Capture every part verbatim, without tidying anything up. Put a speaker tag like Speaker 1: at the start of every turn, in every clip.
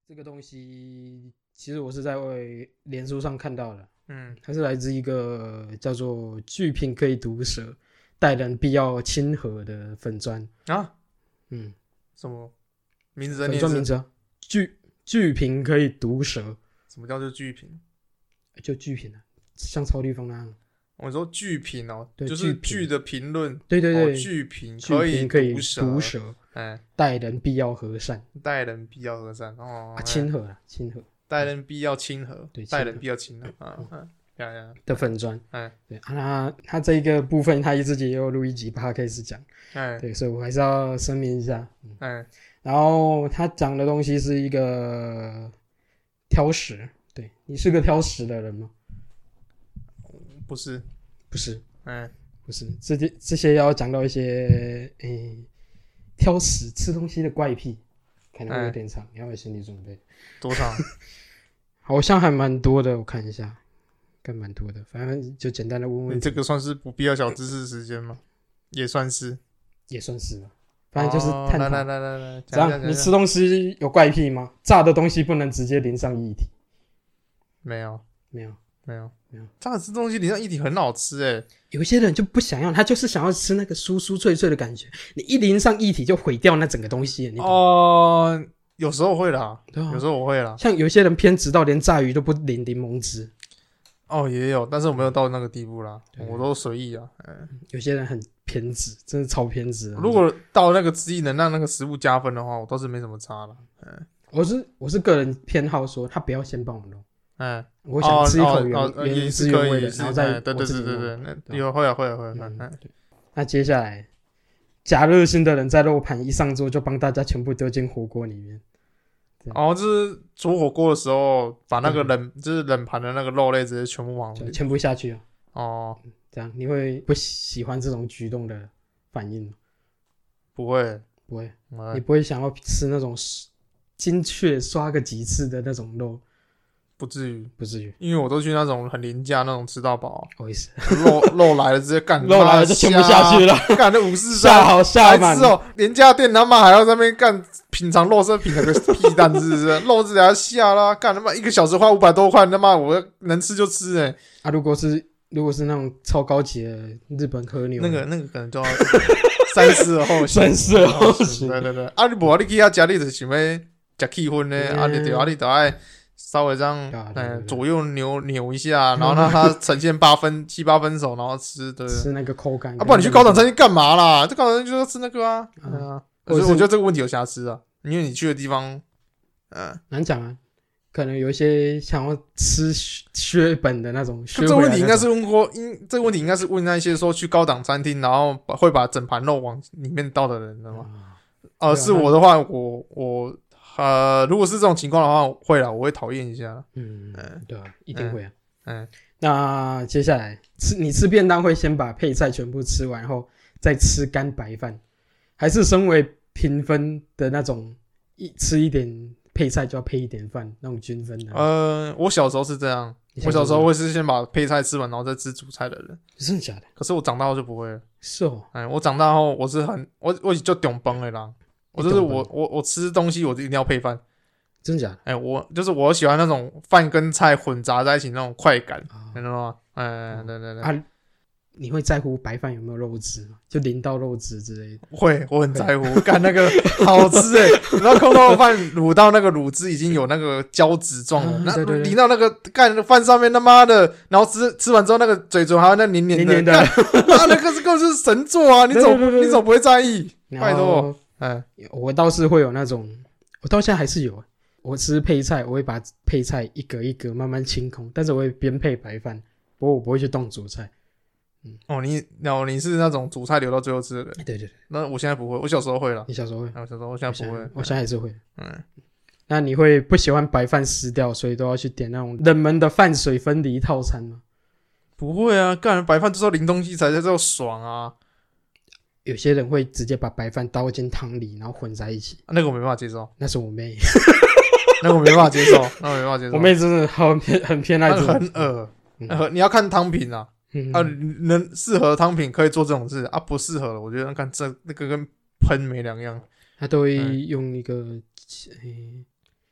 Speaker 1: 这个东西其实我是在脸书上看到的，
Speaker 2: 嗯，
Speaker 1: 它是来自一个叫做剧评可以毒舌，待人必要亲和的粉专
Speaker 2: 啊，
Speaker 1: 嗯，
Speaker 2: 什么名字？
Speaker 1: 粉专名字啊，剧剧评可以毒舌。
Speaker 2: 什么叫做剧评？
Speaker 1: 就剧评啊，像超地方那样。
Speaker 2: 我说剧评哦，
Speaker 1: 对，
Speaker 2: 就是剧的评论。
Speaker 1: 对对对，
Speaker 2: 剧评
Speaker 1: 可
Speaker 2: 以
Speaker 1: 可以
Speaker 2: 毒舌，
Speaker 1: 毒舌，
Speaker 2: 哎，
Speaker 1: 待人必要和善，
Speaker 2: 待人必要和善哦，
Speaker 1: 啊，亲和啊，亲和，
Speaker 2: 待人必要亲和，
Speaker 1: 对，
Speaker 2: 待人必要亲和啊，嗯，呀呀
Speaker 1: 的粉专，
Speaker 2: 哎，
Speaker 1: 对啊，他他这一个部分他自己也有录一集 podcast 讲，
Speaker 2: 哎，
Speaker 1: 对，所以我还是要声明一下，
Speaker 2: 嗯，哎，
Speaker 1: 然后他讲的东西是一个挑食，对，你是个挑食的人吗？
Speaker 2: 不是，
Speaker 1: 不是，
Speaker 2: 哎，
Speaker 1: 不是，这些这些要讲到一些诶挑食吃东西的怪癖，可能会有点长，你要有心理准备。
Speaker 2: 多长？
Speaker 1: 好像还蛮多的，我看一下，看蛮多的，反正就简单的问问
Speaker 2: 你这个算是不必要小知识时间吗？也算是，
Speaker 1: 也算是吧。反正就是探讨。
Speaker 2: 哦、来来来来来，
Speaker 1: 这样，你吃东西有怪癖吗？炸的东西不能直接淋上液体。
Speaker 2: 没有，
Speaker 1: 没有，
Speaker 2: 没有，
Speaker 1: 没有。
Speaker 2: 炸的吃东西淋上液体很好吃哎。
Speaker 1: 有些人就不想要，他就是想要吃那个酥酥脆脆的感觉。你一淋上液体就毁掉那整个东西。
Speaker 2: 哦、呃，有时候会啦，
Speaker 1: 对啊，
Speaker 2: 有时候我会啦。
Speaker 1: 像有些人偏执到连炸鱼都不淋柠檬汁。
Speaker 2: 哦，也有，但是我没有到那个地步啦，我都随意啊。嗯，
Speaker 1: 有些人很偏执，真的超偏执。
Speaker 2: 如果到那个汁液能让那个食物加分的话，我倒是没什么差了。嗯，
Speaker 1: 我是我是个人偏好说，他不要先帮我弄。
Speaker 2: 嗯，
Speaker 1: 我想吃一口原、
Speaker 2: 哦哦、
Speaker 1: 原汁原味的，然后再
Speaker 2: 对对对对对，那有会啊会啊会啊。嗯，嗯
Speaker 1: 对。那接下来，假热心的人在肉盘一上桌就帮大家全部丢进火锅里面。
Speaker 2: 哦，就是煮火锅的时候，把那个冷、嗯、就是冷盘的那个肉类直接全部往
Speaker 1: 全部下去啊。
Speaker 2: 哦，
Speaker 1: 这样你会不喜欢这种举动的反应吗？
Speaker 2: 不会，
Speaker 1: 不会，你不会想要吃那种精确刷个几次的那种肉？
Speaker 2: 不至于，
Speaker 1: 不至于，
Speaker 2: 因为我都去那种很廉价那种吃到饱，
Speaker 1: 不好意思，
Speaker 2: 肉肉来了直接干，
Speaker 1: 肉来了就全部下去了，
Speaker 2: 干那五四
Speaker 1: 下好下满
Speaker 2: 哦，廉价店他妈还要在那边干品尝肉身品尝个屁蛋，是不是？肉质给他下啦，干他妈一个小时花五百多块，他妈我能吃就吃哎、欸。
Speaker 1: 啊，如果是如果是那种超高级的日本和牛，
Speaker 2: 那个那个可能就要三思而后行，
Speaker 1: 三思而后行。
Speaker 2: 对对对，啊你无你去遐家你就想要吃气氛呢，啊你就啊你就爱。稍微这样，哎，左右扭扭一下，然后让它呈现八分、七八分熟，然后吃，对，
Speaker 1: 吃那个口感。
Speaker 2: 啊，不然你去高档餐厅干嘛啦？这高档餐厅就是吃那个啊，对啊。可是我觉得这个问题有瑕疵啊，因为你去的地方，嗯，
Speaker 1: 难讲啊，可能有一些想要吃血本的那种。
Speaker 2: 这个问题应该是问过，因这个问题应该是问那些说去高档餐厅，然后会把整盘肉往里面倒的人，知道吗？呃、啊，是我的话，我我。呃，如果是这种情况的话，会啦，我会讨厌一下。
Speaker 1: 嗯，对啊，一定会啊。
Speaker 2: 嗯，
Speaker 1: 那接下来吃你吃便当会先把配菜全部吃完后再吃干白饭，还是身为平分的那种一吃一点配菜就要配一点饭那种均分的？
Speaker 2: 呃，我小时候是这样，我小时候会是先把配菜吃完，然后再吃主菜的人。
Speaker 1: 真的假的？
Speaker 2: 可是我长大后就不会了。
Speaker 1: 是哦，
Speaker 2: 哎，我长大后我是很我我就懂崩了啦。我就是我我我吃东西我一定要配饭，
Speaker 1: 真假的？
Speaker 2: 哎、欸，我就是我喜欢那种饭跟菜混杂在一起那种快感，你知道吗？哎、欸，对对对。啊，
Speaker 1: 你会在乎白饭有没有肉汁吗？就淋到肉汁之类的？
Speaker 2: 会，我很在乎。干那个好吃哎、欸，然后空豆饭卤到那个卤汁已经有那个胶质状了，那、啊、淋到那个干饭上面，他妈的，然后吃吃完之后那个嘴唇还有那黏黏的，
Speaker 1: 黏黏的，
Speaker 2: 啊，那个是根本就是神作啊！你怎么你怎么不会在意？拜托。
Speaker 1: 哎，我倒是会有那种，我到现在还是有。我吃配菜，我会把配菜一格一格慢慢清空，但是我会边配白饭，不过我不会去动主菜。
Speaker 2: 嗯，哦，你哦你是那种主菜留到最后吃的人？
Speaker 1: 对对对。
Speaker 2: 那我现在不会，我小时候会了。
Speaker 1: 你小时候会？
Speaker 2: 我小时候，我现在不会，
Speaker 1: 我现在还是会。
Speaker 2: 嗯，
Speaker 1: 那你会不喜欢白饭湿掉，所以都要去点那种冷门的饭水分离套餐吗？
Speaker 2: 不会啊，干白饭就是要淋东西才叫做爽啊。
Speaker 1: 有些人会直接把白饭倒进汤里，然后混在一起。
Speaker 2: 啊、那个我没办法接受。
Speaker 1: 那是我妹。
Speaker 2: 那个我没办法接受，那我没办法接受。
Speaker 1: 我妹真的很偏很偏爱这种，
Speaker 2: 很恶、嗯。你要看汤品啊，嗯、啊，能适合汤品可以做这种事啊，不适合的，我觉得看这那个跟喷没两样。
Speaker 1: 他都会用一个、嗯、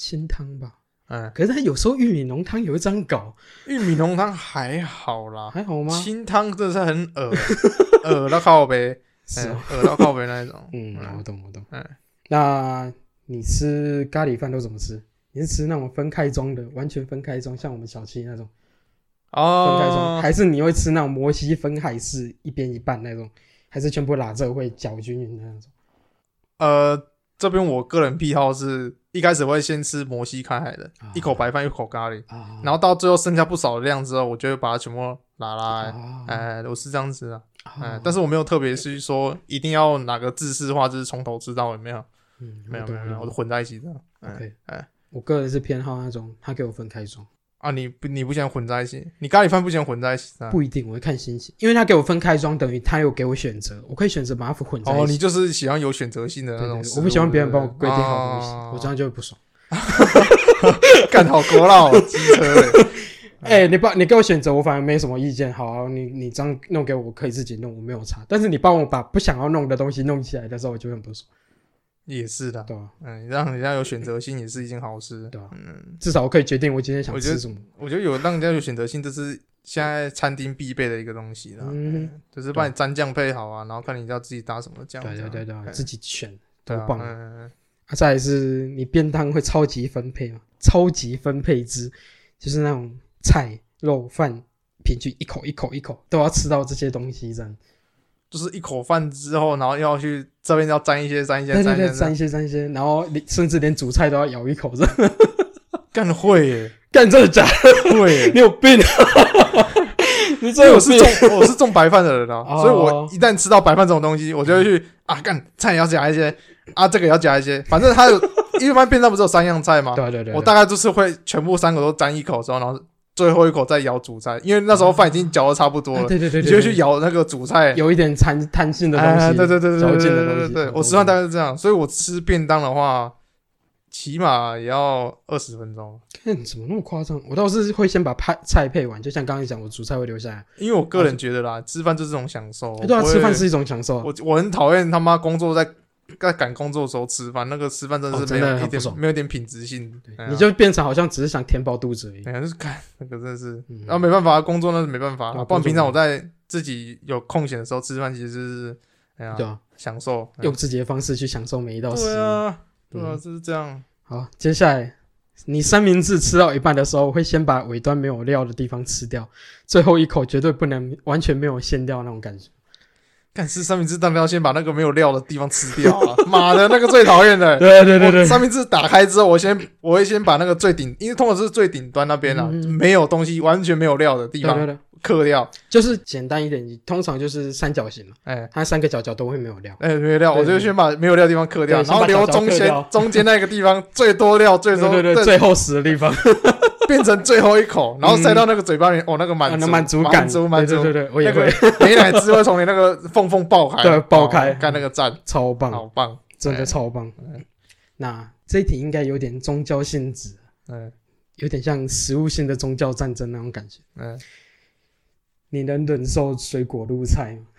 Speaker 1: 清汤吧。
Speaker 2: 嗯，
Speaker 1: 可是它有时候玉米浓汤也会这样搞，
Speaker 2: 玉米浓汤还好啦，
Speaker 1: 还好吗？
Speaker 2: 清汤真的是很恶恶到靠背，
Speaker 1: 是哦，
Speaker 2: 恶到靠背那一种。
Speaker 1: 嗯，我懂我懂。
Speaker 2: 嗯，
Speaker 1: 那你吃咖喱饭都怎么吃？你是吃那种分开装的，完全分开装，像我们小七那种分开装，
Speaker 2: 哦，
Speaker 1: 还是你会吃那种摩西分海式一边一半那种，还是全部拉着会搅均匀的那种？
Speaker 2: 呃，这边我个人癖好是一开始会先吃摩西开海的，
Speaker 1: 啊
Speaker 2: 一口白饭一口咖喱，
Speaker 1: 啊，
Speaker 2: 然后到最后剩下不少的量之后，我就会把它全部拉拉来。
Speaker 1: 啊
Speaker 2: 哎，我是这样子的，哎
Speaker 1: 啊，
Speaker 2: 但是我没有特别是说一定要哪个制式化，就是从头吃到尾，没有，
Speaker 1: 嗯，
Speaker 2: 没有，没有，没有，我
Speaker 1: 我
Speaker 2: 都混在一起的。哎
Speaker 1: OK，
Speaker 2: 哎，
Speaker 1: 我个人是偏好那种他给我分开装，
Speaker 2: 啊，你不你不想混在一起？你咖喱饭不想混在一起？
Speaker 1: 不一定，我会看心情，因为他给我分开装，等于他有给我选择，我可以选择把它混在一起。
Speaker 2: 哦，你就是喜欢有选择性的那
Speaker 1: 对对对，
Speaker 2: 种食物，
Speaker 1: 我不喜欢别人帮我规定好
Speaker 2: 哦
Speaker 1: 东西，我这样就会不爽。
Speaker 2: 干好国老哦机车嘞。
Speaker 1: 哎、你帮你给我选择，我反而没什么意见。好、啊，你你这样弄给我，我可以自己弄，我没有差。但是你帮我把不想要弄的东西弄起来的时候，我就很不爽，
Speaker 2: 也是的，
Speaker 1: 对吧、
Speaker 2: 嗯，让人家有选择性也是一件好事。
Speaker 1: 对啊
Speaker 2: 嗯，
Speaker 1: 至少我可以决定我今天想
Speaker 2: 我觉得
Speaker 1: 吃什么。
Speaker 2: 我觉得有让人家有选择性，这是现在餐厅必备的一个东西啦。
Speaker 1: 嗯，
Speaker 2: 就是把你蘸酱配好啊，然后看你要自己搭什么酱。
Speaker 1: 对对对对，
Speaker 2: 嗯
Speaker 1: 自己选
Speaker 2: 对啊
Speaker 1: 多棒啊！
Speaker 2: 嗯
Speaker 1: 啊再来是你便当会超级分配嘛？超级分配制就是那种菜肉饭平均一口一口一口都要吃到这些东西，这样。
Speaker 2: 就是一口饭之后，然后要去这边要沾一些沾一些
Speaker 1: 对对对，
Speaker 2: 沾一些，
Speaker 1: 沾一些沾一些，然后连甚至连主菜都要咬一口，这样。
Speaker 2: 干会耶，
Speaker 1: 干真的假的？
Speaker 2: 会耶。
Speaker 1: 你有病啊！你
Speaker 2: 因为我是
Speaker 1: 真有病！
Speaker 2: 重我是重白饭的人啊，
Speaker 1: 哦
Speaker 2: 所以我一旦吃到白饭这种东西，我就会去啊干菜也要加一些啊，这个也要加一些，反正它有一般便当不是有三样菜吗？
Speaker 1: 对对对，
Speaker 2: 我大概就是会全部三个都沾一口之后，然后最后一口再咬主菜，因为那时候饭已经嚼的差不多了，
Speaker 1: 啊对对对，
Speaker 2: 你就会去咬那个主菜，
Speaker 1: 有一点弹弹性的东
Speaker 2: 哎，
Speaker 1: 西，
Speaker 2: 对对对对
Speaker 1: 嚼
Speaker 2: 对
Speaker 1: 劲的东西。
Speaker 2: 对对对，我吃饭大概是这样，所以我吃便当的话，起码也要二十分钟，
Speaker 1: 看怎么那么夸张？我倒是会先把菜菜配完，就像刚刚讲，我主菜会留下来。
Speaker 2: 因为我个人觉得啦，吃饭就是这种享受。
Speaker 1: 哎对啊，
Speaker 2: 我不会
Speaker 1: 吃饭是一种享受啊。
Speaker 2: 我我很讨厌他妈工作在在赶工作的时候吃饭，那个吃饭真的是
Speaker 1: 哦真的
Speaker 2: 没有一点
Speaker 1: 很不爽
Speaker 2: 没有一点品质性，哎呀
Speaker 1: 你就变成好像只是想填饱肚子而已。
Speaker 2: 哎呀，就是看那个真的是，
Speaker 1: 嗯
Speaker 2: 然后没办法，工作那是没办法，
Speaker 1: 对啊
Speaker 2: 不然平常我
Speaker 1: 工作
Speaker 2: 在自己有空闲的时候吃饭，其实是哎呀
Speaker 1: 对啊，
Speaker 2: 享受，哎
Speaker 1: 用自己的方式去享受每一道食物。
Speaker 2: 对啊，对啊，
Speaker 1: 嗯
Speaker 2: 就是这样。
Speaker 1: 好，接下来你三明治吃到一半的时候，会先把尾端没有料的地方吃掉，最后一口绝对不能完全没有馅料那种感觉。
Speaker 2: 干吃三明治当然要先把那个没有料的地方吃掉啊！妈的，那个最讨厌的。
Speaker 1: 对对对对
Speaker 2: 我，三明治打开之后，我先我会先把那个最顶，因为通常是最顶端那边啊，
Speaker 1: 嗯
Speaker 2: 没有东西，完全没有料的地方
Speaker 1: 对对对，
Speaker 2: 嗑掉。
Speaker 1: 就是简单一点，你通常就是三角形嘛，
Speaker 2: 哎
Speaker 1: 它三个角角都会没有料。
Speaker 2: 哎，没有料，
Speaker 1: 对
Speaker 2: 我就先把没有料的地方嗑掉，
Speaker 1: 对
Speaker 2: 然后留
Speaker 1: 先把角角
Speaker 2: 中间
Speaker 1: 嗑掉
Speaker 2: 中间那个地方最多料最多，
Speaker 1: 对对对，
Speaker 2: 最
Speaker 1: 最后死的地方，
Speaker 2: 变成最后一口，然后塞到那个嘴巴里面，哦，那个满
Speaker 1: 啊那
Speaker 2: 足
Speaker 1: 满足感，
Speaker 2: 满足满足，
Speaker 1: 对对对对，我也
Speaker 2: 那个
Speaker 1: 会，
Speaker 2: 美乃滋会从你那个缝缝爆开，
Speaker 1: 对爆开
Speaker 2: 哦干那个赞，
Speaker 1: 超棒，
Speaker 2: 好棒，
Speaker 1: 真的超棒。那这一题应该有点宗教性质，
Speaker 2: 嗯
Speaker 1: 有点像食物性的宗教战争那种感觉。
Speaker 2: 嗯。
Speaker 1: 你能忍受水果入菜吗？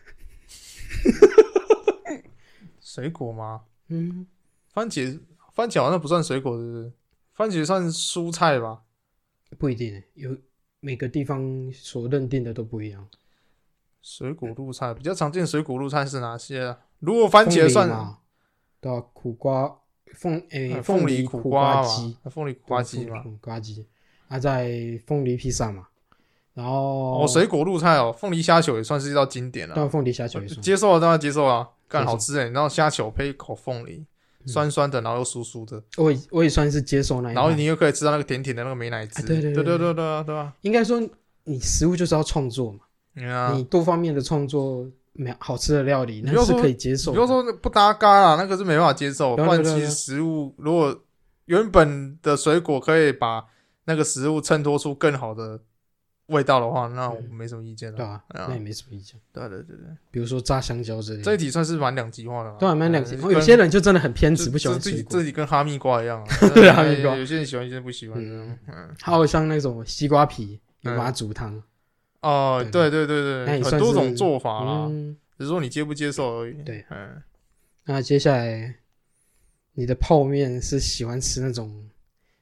Speaker 2: 水果吗？
Speaker 1: 嗯，
Speaker 2: 番茄，番茄好像不算水果，是不是？番茄算蔬菜吧？
Speaker 1: 不一定欸，有每个地方所认定的都不一样。
Speaker 2: 水果入菜比较常见，水果入菜是哪些啊？如果番茄
Speaker 1: 凤梨
Speaker 2: 算
Speaker 1: 嘛，对啊，苦瓜、凤诶
Speaker 2: 呃
Speaker 1: 凤
Speaker 2: 梨
Speaker 1: 苦
Speaker 2: 瓜
Speaker 1: 鸡，
Speaker 2: 嘛，凤梨苦瓜鸡嘛。
Speaker 1: 苦瓜鸡，啊，在凤梨披萨嘛，然后
Speaker 2: 哦，水果入菜哦，凤梨虾球也算是一道经典了、
Speaker 1: 对啊凤梨虾球也算，
Speaker 2: 接受了当然接受啊，干
Speaker 1: 接受
Speaker 2: 好吃哎、然后虾球配一口凤梨，
Speaker 1: 嗯
Speaker 2: 酸酸的，然后又酥酥的，
Speaker 1: 我也我也算是接受那一派。
Speaker 2: 然后你又可以吃到那个甜甜的那个美乃滋，
Speaker 1: 啊对对对
Speaker 2: 对对对对啊对啊，
Speaker 1: 应该说，你食物就是要创作嘛，
Speaker 2: 嗯啊，
Speaker 1: 你多方面的创作，没好吃的料理，那是
Speaker 2: 你不要说
Speaker 1: 可以接受的。
Speaker 2: 比如说不搭嘎啦，那个是没办法接受。不
Speaker 1: 对对对对
Speaker 2: 然其实食物如果原本的水果可以把那个食物衬托出更好的味道的话，那我没什么意见了。
Speaker 1: 对啊，
Speaker 2: 哎呀
Speaker 1: 那也没什么意见。
Speaker 2: 对对对对，
Speaker 1: 比如说炸香蕉之类的，
Speaker 2: 这一题算是蛮两极化的啦。
Speaker 1: 对啊，蛮两极。
Speaker 2: 嗯
Speaker 1: 哦有些人就真的很偏执，
Speaker 2: 这
Speaker 1: 不喜欢
Speaker 2: 这
Speaker 1: 水果
Speaker 2: 这。里跟哈密瓜一样啊。
Speaker 1: 对哈密瓜
Speaker 2: 有些人喜欢，有些人不喜欢。
Speaker 1: 嗯
Speaker 2: 嗯，
Speaker 1: 还有像那种西瓜皮，有把它煮汤，
Speaker 2: 哦，对对对对，
Speaker 1: 那也算是
Speaker 2: 很多种做法啦，
Speaker 1: 嗯，
Speaker 2: 只是说你接不接受而已。
Speaker 1: 对，
Speaker 2: 嗯，
Speaker 1: 那接下来你的泡面是喜欢吃那种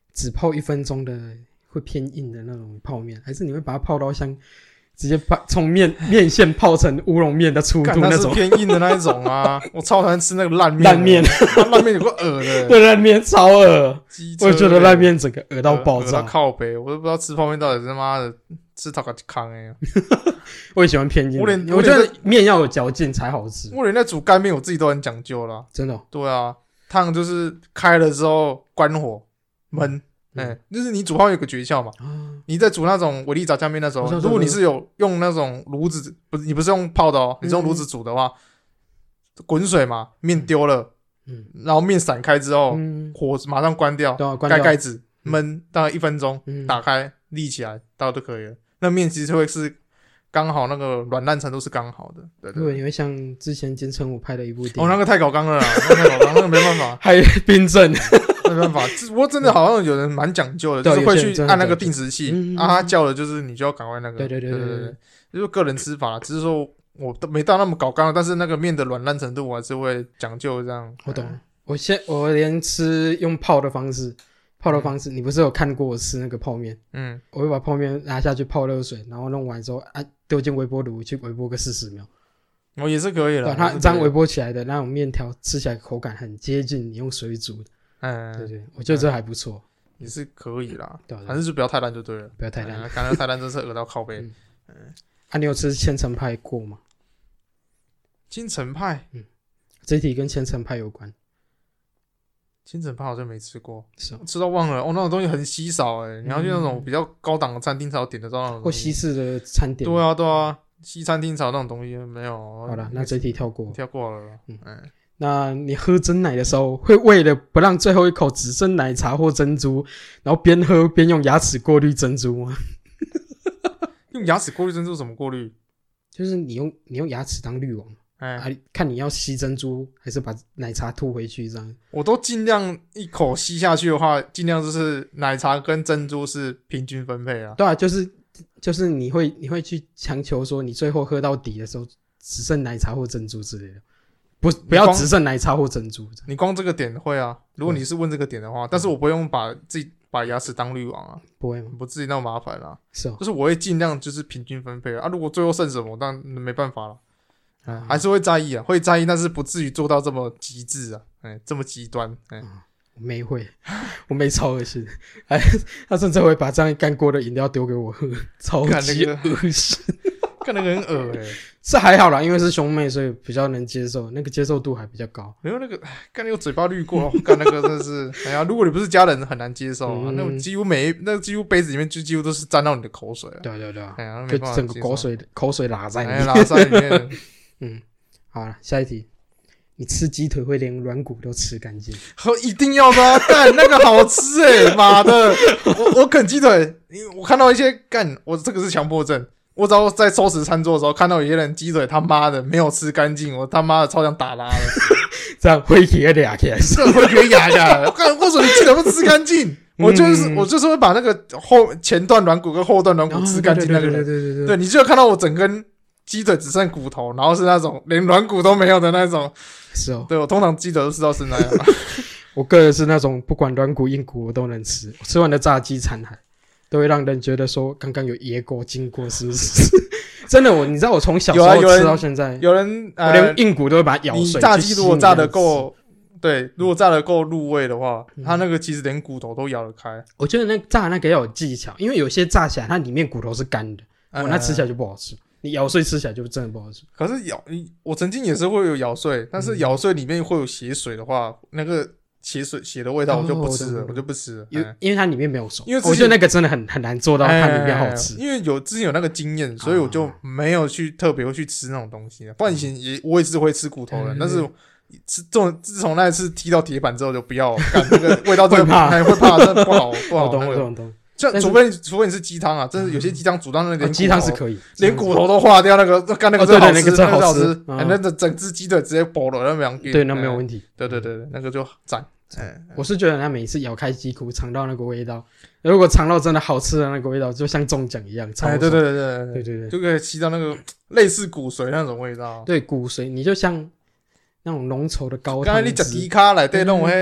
Speaker 1: 只泡一分钟的会偏硬的那种泡面，还是你会把它泡到像直接把从面面线泡成乌龙面的粗度那种？
Speaker 2: 那是偏硬的那一种啊！我超讨厌吃那个烂面，
Speaker 1: 烂面，
Speaker 2: 烂面有个恶的，
Speaker 1: 对，烂面超恶，我觉得烂面整个恶到爆炸，
Speaker 2: 恶到靠北，我都不知道吃泡面到底是他妈的吃他个康哎！
Speaker 1: 我也喜欢偏硬，
Speaker 2: 我连
Speaker 1: 我觉得面要有嚼劲才好吃。
Speaker 2: 我连在煮干面我自己都很讲究啦，
Speaker 1: 真的、哦。
Speaker 2: 对啊，汤就是开了之后关火焖。哎、嗯欸，就是你煮泡面有个诀窍嘛、啊，你在煮那种维力炸酱面的时候，如果你是有用那种炉子，不是你不是用泡的哦，你是用炉子煮的话，滚、嗯、水嘛，面丢了，嗯，然后面散开之后，嗯、火马上关掉，盖盖子焖大概一分钟、嗯，打开立起来，大概就可以了。那面其实会是刚好那个软烂程度是刚好的，对 对,
Speaker 1: 对。你会像之前金城武拍的一部电影，
Speaker 2: 哦，那个太搞纲了啦，那个太搞纲，那个没办法，
Speaker 1: 还有冰镇。
Speaker 2: 没办法，不过真的好像有人蛮讲究的，就是会去按那个定时器，嗯、啊，他叫的就是你就要赶快那个，
Speaker 1: 对对对对 对, 对,
Speaker 2: 对，就是个人吃法啦，只是说我都没到那么搞纲，但是那个面的软烂程度我还是会讲究这样。
Speaker 1: 我懂，嗯、我现我连吃用泡的方式，泡的方式，嗯、你不是有看过我吃那个泡面？嗯，我会把泡面拿下去泡热水，然后弄完之后啊丢进微波炉去微波个四十秒。
Speaker 2: 哦，也是可以了，
Speaker 1: 它这样微波起来的那种面条吃起来口感很接近你用水煮的。嗯，对对，我觉得这还不错，
Speaker 2: 也是可以啦，
Speaker 1: 对对对，
Speaker 2: 反正就不要太烂就对了，
Speaker 1: 不要太烂，
Speaker 2: 刚刚太烂真是恶到靠背。嗯，
Speaker 1: 嗯啊，你有吃千层派过吗？
Speaker 2: 千层派，
Speaker 1: 嗯，这一题跟千层派有关。
Speaker 2: 千层派好像没吃过，
Speaker 1: 是、哦、
Speaker 2: 吃到忘了哦，那种东西很稀少哎、欸，你要去那种比较高档的餐厅才有点得到那种，
Speaker 1: 或西式的餐点。
Speaker 2: 对啊对啊，西餐厅才有那种东西没有。
Speaker 1: 好了，那这一题跳过，
Speaker 2: 跳过了，嗯。嗯，
Speaker 1: 那你喝珍奶的时候，会为了不让最后一口只剩奶茶或珍珠，然后边喝边用牙齿过滤珍珠吗？
Speaker 2: 用牙齿过滤珍珠怎么过滤？
Speaker 1: 就是你用你用牙齿当滤网，哎、啊，看你要吸珍珠还是把奶茶吐回去这样。
Speaker 2: 我都尽量一口吸下去的话，尽量就是奶茶跟珍珠是平均分配啊。
Speaker 1: 对啊，就是就是你会你会去强求说，你最后喝到底的时候只剩奶茶或珍珠之类的。不，不要只剩奶茶或珍珠。
Speaker 2: 你光这个点会啊？如果你是问这个点的话，但是我不会用把自己把牙齿当滤网啊，
Speaker 1: 不会吗？
Speaker 2: 不自己那么麻烦啦。
Speaker 1: 是哦，
Speaker 2: 就是我会尽量就是平均分配啊。如果最后剩什么，当然没办法了，啊，还是会在意啊，会在意，但是不至于做到这么极致啊，哎，这么极端，哎。
Speaker 1: 嗯，我没会，我没超恶心，哎，他甚至会把这样干过的饮料丢给我喝，超级恶心。
Speaker 2: 看那个很恶哎、欸，
Speaker 1: 是还好啦，因为是兄妹，所以比较能接受，那个接受度还比较高。
Speaker 2: 没有那个，看那个嘴巴滤过，看那个真的是，哎呀，如果你不是家人，很难接受啊。嗯、那种几乎每那几乎杯子里面就几乎都是沾到你的口水啊。
Speaker 1: 对对对，
Speaker 2: 哎呀，
Speaker 1: 就整个口水口水拉在里面，
Speaker 2: 哎、拉在里面。
Speaker 1: 嗯，好了，下一题，你吃鸡腿会连软骨都吃干净？
Speaker 2: 和一定要的、啊，干那个好吃哎、欸，妈的！我我啃鸡腿，我看到一些干，我这个是强迫症。我只要在收拾餐桌的时候看到有些人鸡腿他妈的没有吃干净，我他妈的超想打拉的。
Speaker 1: 这样会给俩起来，
Speaker 2: 这会给压下来。我看为什么你鸡腿不吃干净？我就是、嗯、我就是会把那个后前段软骨跟后段软骨吃干净那个人。
Speaker 1: 对对对对对，
Speaker 2: 对，你就看到我整根鸡腿只剩骨头，然后是那种连软骨都没有的那种。
Speaker 1: 是哦，
Speaker 2: 对我通常鸡腿都吃到是那样。
Speaker 1: 我个人是那种不管软骨硬骨我都能吃，我吃完的炸鸡残骸。都会让人觉得说刚刚有噎过经过是不是？真的，我你知道我从小时候吃到现在，
Speaker 2: 有人、呃、
Speaker 1: 我连硬骨都会把它咬碎。
Speaker 2: 你炸鸡如果炸得够，对，如果炸得够入味的话，嗯、它那个其实连骨头都咬得开。
Speaker 1: 我觉得那炸那个要有技巧，因为有些炸起来它里面骨头是干的，嗯、那吃起来就不好吃。你咬碎吃起来就真的不好吃。
Speaker 2: 可是咬，我曾经也是会有咬碎，但是咬碎里面会有血水的话，那个。血水血的味道我就不吃了，哦、我就不吃了，
Speaker 1: 因为、哎、因为它里面没有熟，
Speaker 2: 因为
Speaker 1: 我觉得那个真的很很难做到它里面好吃。
Speaker 2: 哎、因为有之前有那个经验，所以我就没有去特别会去吃那种东西了。不然以前也我也是会吃骨头的，嗯、但是吃这种自从那一次踢到铁板之后就不要，干那个味道真的会怕，会怕，真的不好不好。
Speaker 1: 懂懂懂。
Speaker 2: 就除非除非你是鸡汤啊，真的有些鸡汤煮到那个
Speaker 1: 鸡汤是可以，
Speaker 2: 连骨头都化掉，那个干那个真好吃，
Speaker 1: 那个真好吃，
Speaker 2: 那整整只鸡腿直接剥了，那没有
Speaker 1: 对，那没有问题。
Speaker 2: 对对对对，那个就赞。
Speaker 1: 我是觉得他每次咬开鸡骨尝到那个味道，如果尝到真的好吃的那个味道，就像中奖一样，超爽。
Speaker 2: 对对对对
Speaker 1: 对对对，
Speaker 2: 就可以吸到那个类似骨髓那种味道。
Speaker 1: 对，骨髓，你就像那种浓稠的高汤汁。
Speaker 2: 刚才你吃低卡来对那种嘿，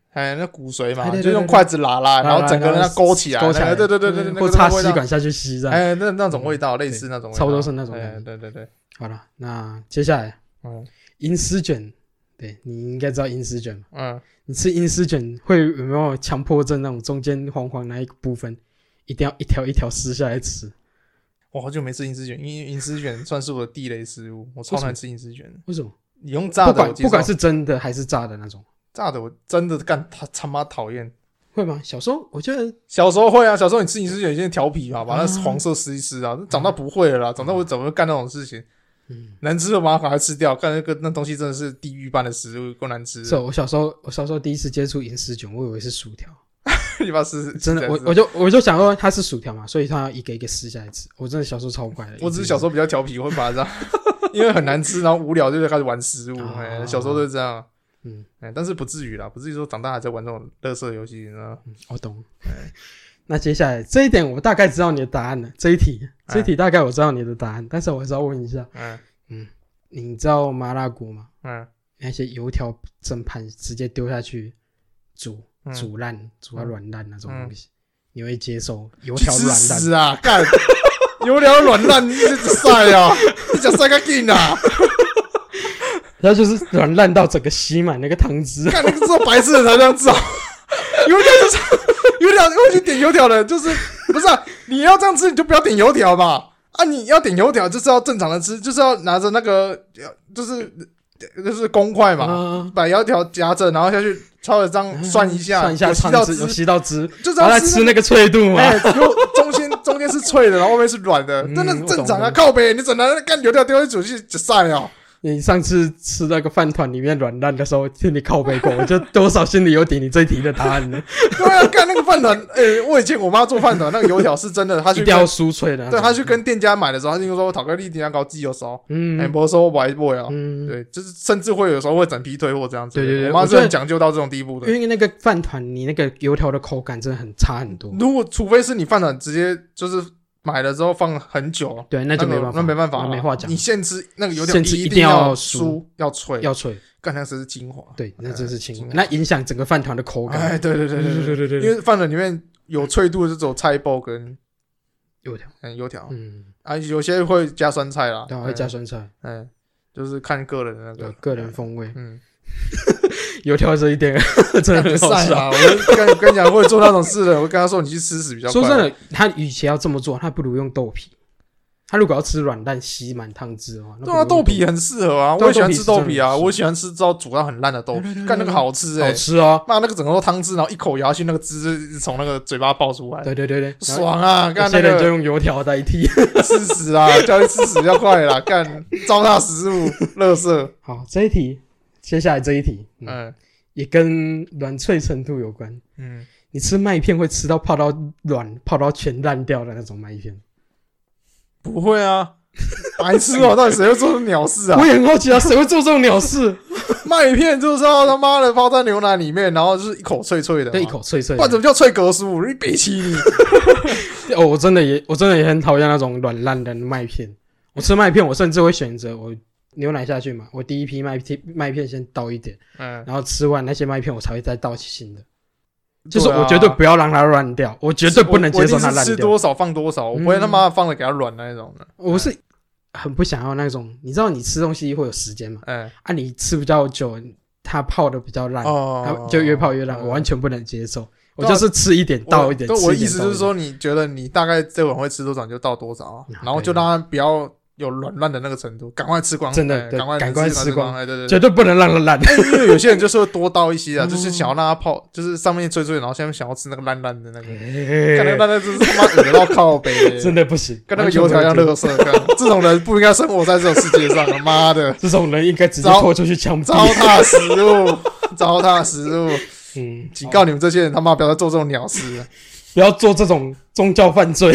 Speaker 2: 哎，那骨髓嘛，
Speaker 1: 哎对对对
Speaker 2: 就用筷子拉拉，然后整个人家勾起来，
Speaker 1: 勾起来，
Speaker 2: 对对对对对，
Speaker 1: 或插吸管下去吸这样，
Speaker 2: 哎，那那种味道，类似那种味道，
Speaker 1: 差不多是那种。
Speaker 2: 哎，对对对。
Speaker 1: 好了，那接下来，嗯，银丝卷，对你应该知道银丝卷嘛？嗯，你吃银丝卷会有没有强迫症？那种中间黄黄那一部分一定要一条一条撕下来吃？
Speaker 2: 我好久没吃银丝卷，因为银丝卷算是我的地雷食物，我超难吃银丝卷。
Speaker 1: 为什么？
Speaker 2: 你用炸的，
Speaker 1: 不管不管是真的还是炸的那种。
Speaker 2: 炸的我真的干他他妈讨厌，
Speaker 1: 会吗？小时候我觉得
Speaker 2: 小时候会啊，小时候你吃银丝卷先调皮嘛，把那黄色撕一撕啊，长大不会了啦，长大我怎么会干那种事情？嗯，难吃的把它赶快吃掉，干那个那东西真的是地狱般的食物，够难吃的。
Speaker 1: 是我小时候我小时候第一次接触银丝卷，我以为是薯条，
Speaker 2: 你把撕
Speaker 1: 真的我我就我就想说它是薯条嘛，所以它要一个一个撕下来吃。我真的小时候超乖的，
Speaker 2: 我只是小时候比较调皮，我会把它这样，因为很难吃，然后无聊就开始玩食物，哎、哦，小时候就是这样。嗯，哎，但是不至于啦，不至于说长大还在玩这种垃圾游戏，你知道吗？
Speaker 1: 嗯，我懂。那接下来这一点我大概知道你的答案了。这一题，这一题大概我知道你的答案，但是我还是要问一下。嗯嗯，你知道麻辣锅吗？嗯，那些油条整盘直接丢下去煮，煮烂，煮到软烂那种东西，你会接受？油条软烂？
Speaker 2: 是啊，干油条软烂，你一直晒啊，你想晒个劲啊！
Speaker 1: 然后就是软烂到整个吸满那个汤汁，
Speaker 2: 看那个做白痴的才这样吃哦。油条就是油条，会去点油条的，就是不是啊？你要这样吃，你就不要点油条嘛。啊，你要点油条就是要正常的吃，就是要拿着那个，就是就是公筷嘛，嗯、把油条夹着，然后下去稍微这样涮一下，
Speaker 1: 涮一下，
Speaker 2: 有吸到汁，
Speaker 1: 有吸到汁，
Speaker 2: 就
Speaker 1: 这样吃、那個、吃那个脆度嘛。
Speaker 2: 哎、欸，中间中间是脆的，然后外面是软的，真的正常啊。靠北，你整的干油条丢进煮去就晒了。
Speaker 1: 你上次吃那个饭团里面软烂的时候，听你靠背过，我就多少心里有点你这一题的答案了。
Speaker 2: 对啊，干那个饭团，诶、欸，我以前我妈做饭团，那个油条是真的，她去
Speaker 1: 一定要酥脆的。
Speaker 2: 对，她去跟店家买的时候，她就说讨个利点高鸡油烧，嗯，哎、欸，不是说我买不了，嗯，对，就是甚至会有时候会整批退货这样子。
Speaker 1: 对对对，
Speaker 2: 我妈是很讲究到这种地步的。
Speaker 1: 因为那个饭团，你那个油条的口感真的很差很多。
Speaker 2: 如果除非是你饭团直接就是买了之后放很久，
Speaker 1: 对，那就没办法，
Speaker 2: 那没办法，
Speaker 1: 没话讲。
Speaker 2: 你现吃那个油条，
Speaker 1: 现吃一
Speaker 2: 定
Speaker 1: 要
Speaker 2: 酥，要脆，
Speaker 1: 要脆，
Speaker 2: 干那是精华。
Speaker 1: 对，那真是精华，那影响整个饭团的口感。
Speaker 2: 哎，对对对对对对对，因为饭团里面有脆度的，就只有菜包跟
Speaker 1: 油条，
Speaker 2: 嗯，油条，嗯，啊，有些会加酸菜啦，
Speaker 1: 对，会加酸菜，
Speaker 2: 哎，就是看个人的那个
Speaker 1: 个人风味，嗯。油条这一点真的很好笑
Speaker 2: 啊！我跟跟你讲，会做那种事的，我跟他说你去吃屎比较快。
Speaker 1: 说真的，他与其要这么做，他不如用豆皮。他如果要吃软烂吸满汤汁的话，
Speaker 2: 对啊，豆皮很适合啊，我也喜欢吃豆皮啊，我喜欢吃到煮到很烂的豆皮，干那个好吃哎，
Speaker 1: 好吃啊！
Speaker 2: 那那个整个汤汁，然后一口咬下去，那个汁从那个嘴巴爆出来，
Speaker 1: 对对对对，
Speaker 2: 爽啊！干
Speaker 1: 那个就用油条代替，
Speaker 2: 吃屎啊！叫你吃屎比较快啦，干糟蹋食物，垃圾。
Speaker 1: 好，这一题。接下来这一题，嗯，嗯也跟软脆程度有关。嗯，你吃麦片会吃到泡到软、泡到全烂掉的那种麦片？
Speaker 2: 不会啊，白痴哦！到底谁会做这种鸟事啊？
Speaker 1: 我也很好奇啊，谁会做这种鸟事？
Speaker 2: 麦片就是要他妈的泡在牛奶里面，然后就是一口脆脆的，
Speaker 1: 对，一口脆脆的。
Speaker 2: 不然怎么叫脆格酥？你别气你！
Speaker 1: 哦，我真的也，我真的也很讨厌那种软烂的麦片。我吃麦片，我甚至会选择我。牛奶下去嘛，我第一批麦片麦片先倒一点，嗯，然后吃完那些麦片，我才会再倒新的。就是我绝对不要让它软掉，我绝对不能接受它烂掉。
Speaker 2: 吃多少放多少，我不会他妈放了给它软那种的。
Speaker 1: 我是很不想要那种，你知道你吃东西会有时间嘛？嗯，啊，你吃比较久，它泡的比较烂，它就越泡越烂，我完全不能接受。我就是吃一点倒一点。
Speaker 2: 我的意思就是说，你觉得你大概这碗会吃多少，你就倒多少，然后就让它不要。有软烂的那个程度，赶快吃光，
Speaker 1: 真的，
Speaker 2: 赶快
Speaker 1: 赶快吃光，
Speaker 2: 哎，对对，
Speaker 1: 绝对不能让它烂。
Speaker 2: 因为有些人就是会多倒一些啊，就是想要让它泡，就是上面脆脆，然后下面想要吃那个烂烂的那个，看那个烂烂就是他妈恶到靠北，
Speaker 1: 真的不行，
Speaker 2: 跟那个油条一样垃圾。这种人不应该生活在这种世界上，他妈的，
Speaker 1: 这种人应该直接拖出去枪毙，
Speaker 2: 糟蹋食物，糟蹋食物。嗯，警告你们这些人他妈不要再做这种鸟事，
Speaker 1: 不要做这种宗教犯罪。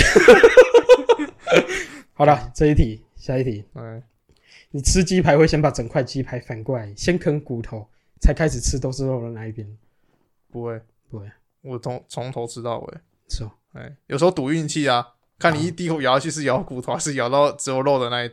Speaker 1: 好了，这一题。下一题，嗯，你吃鸡排会先把整块鸡排反过来，先啃骨头，才开始吃都是肉的那一边？
Speaker 2: 不会，
Speaker 1: 不会，
Speaker 2: 我从从头吃到尾。
Speaker 1: 是哦，
Speaker 2: 哎，有时候赌运气啊，看你一第一口咬下去是咬骨头，还是咬到只有肉的那一端。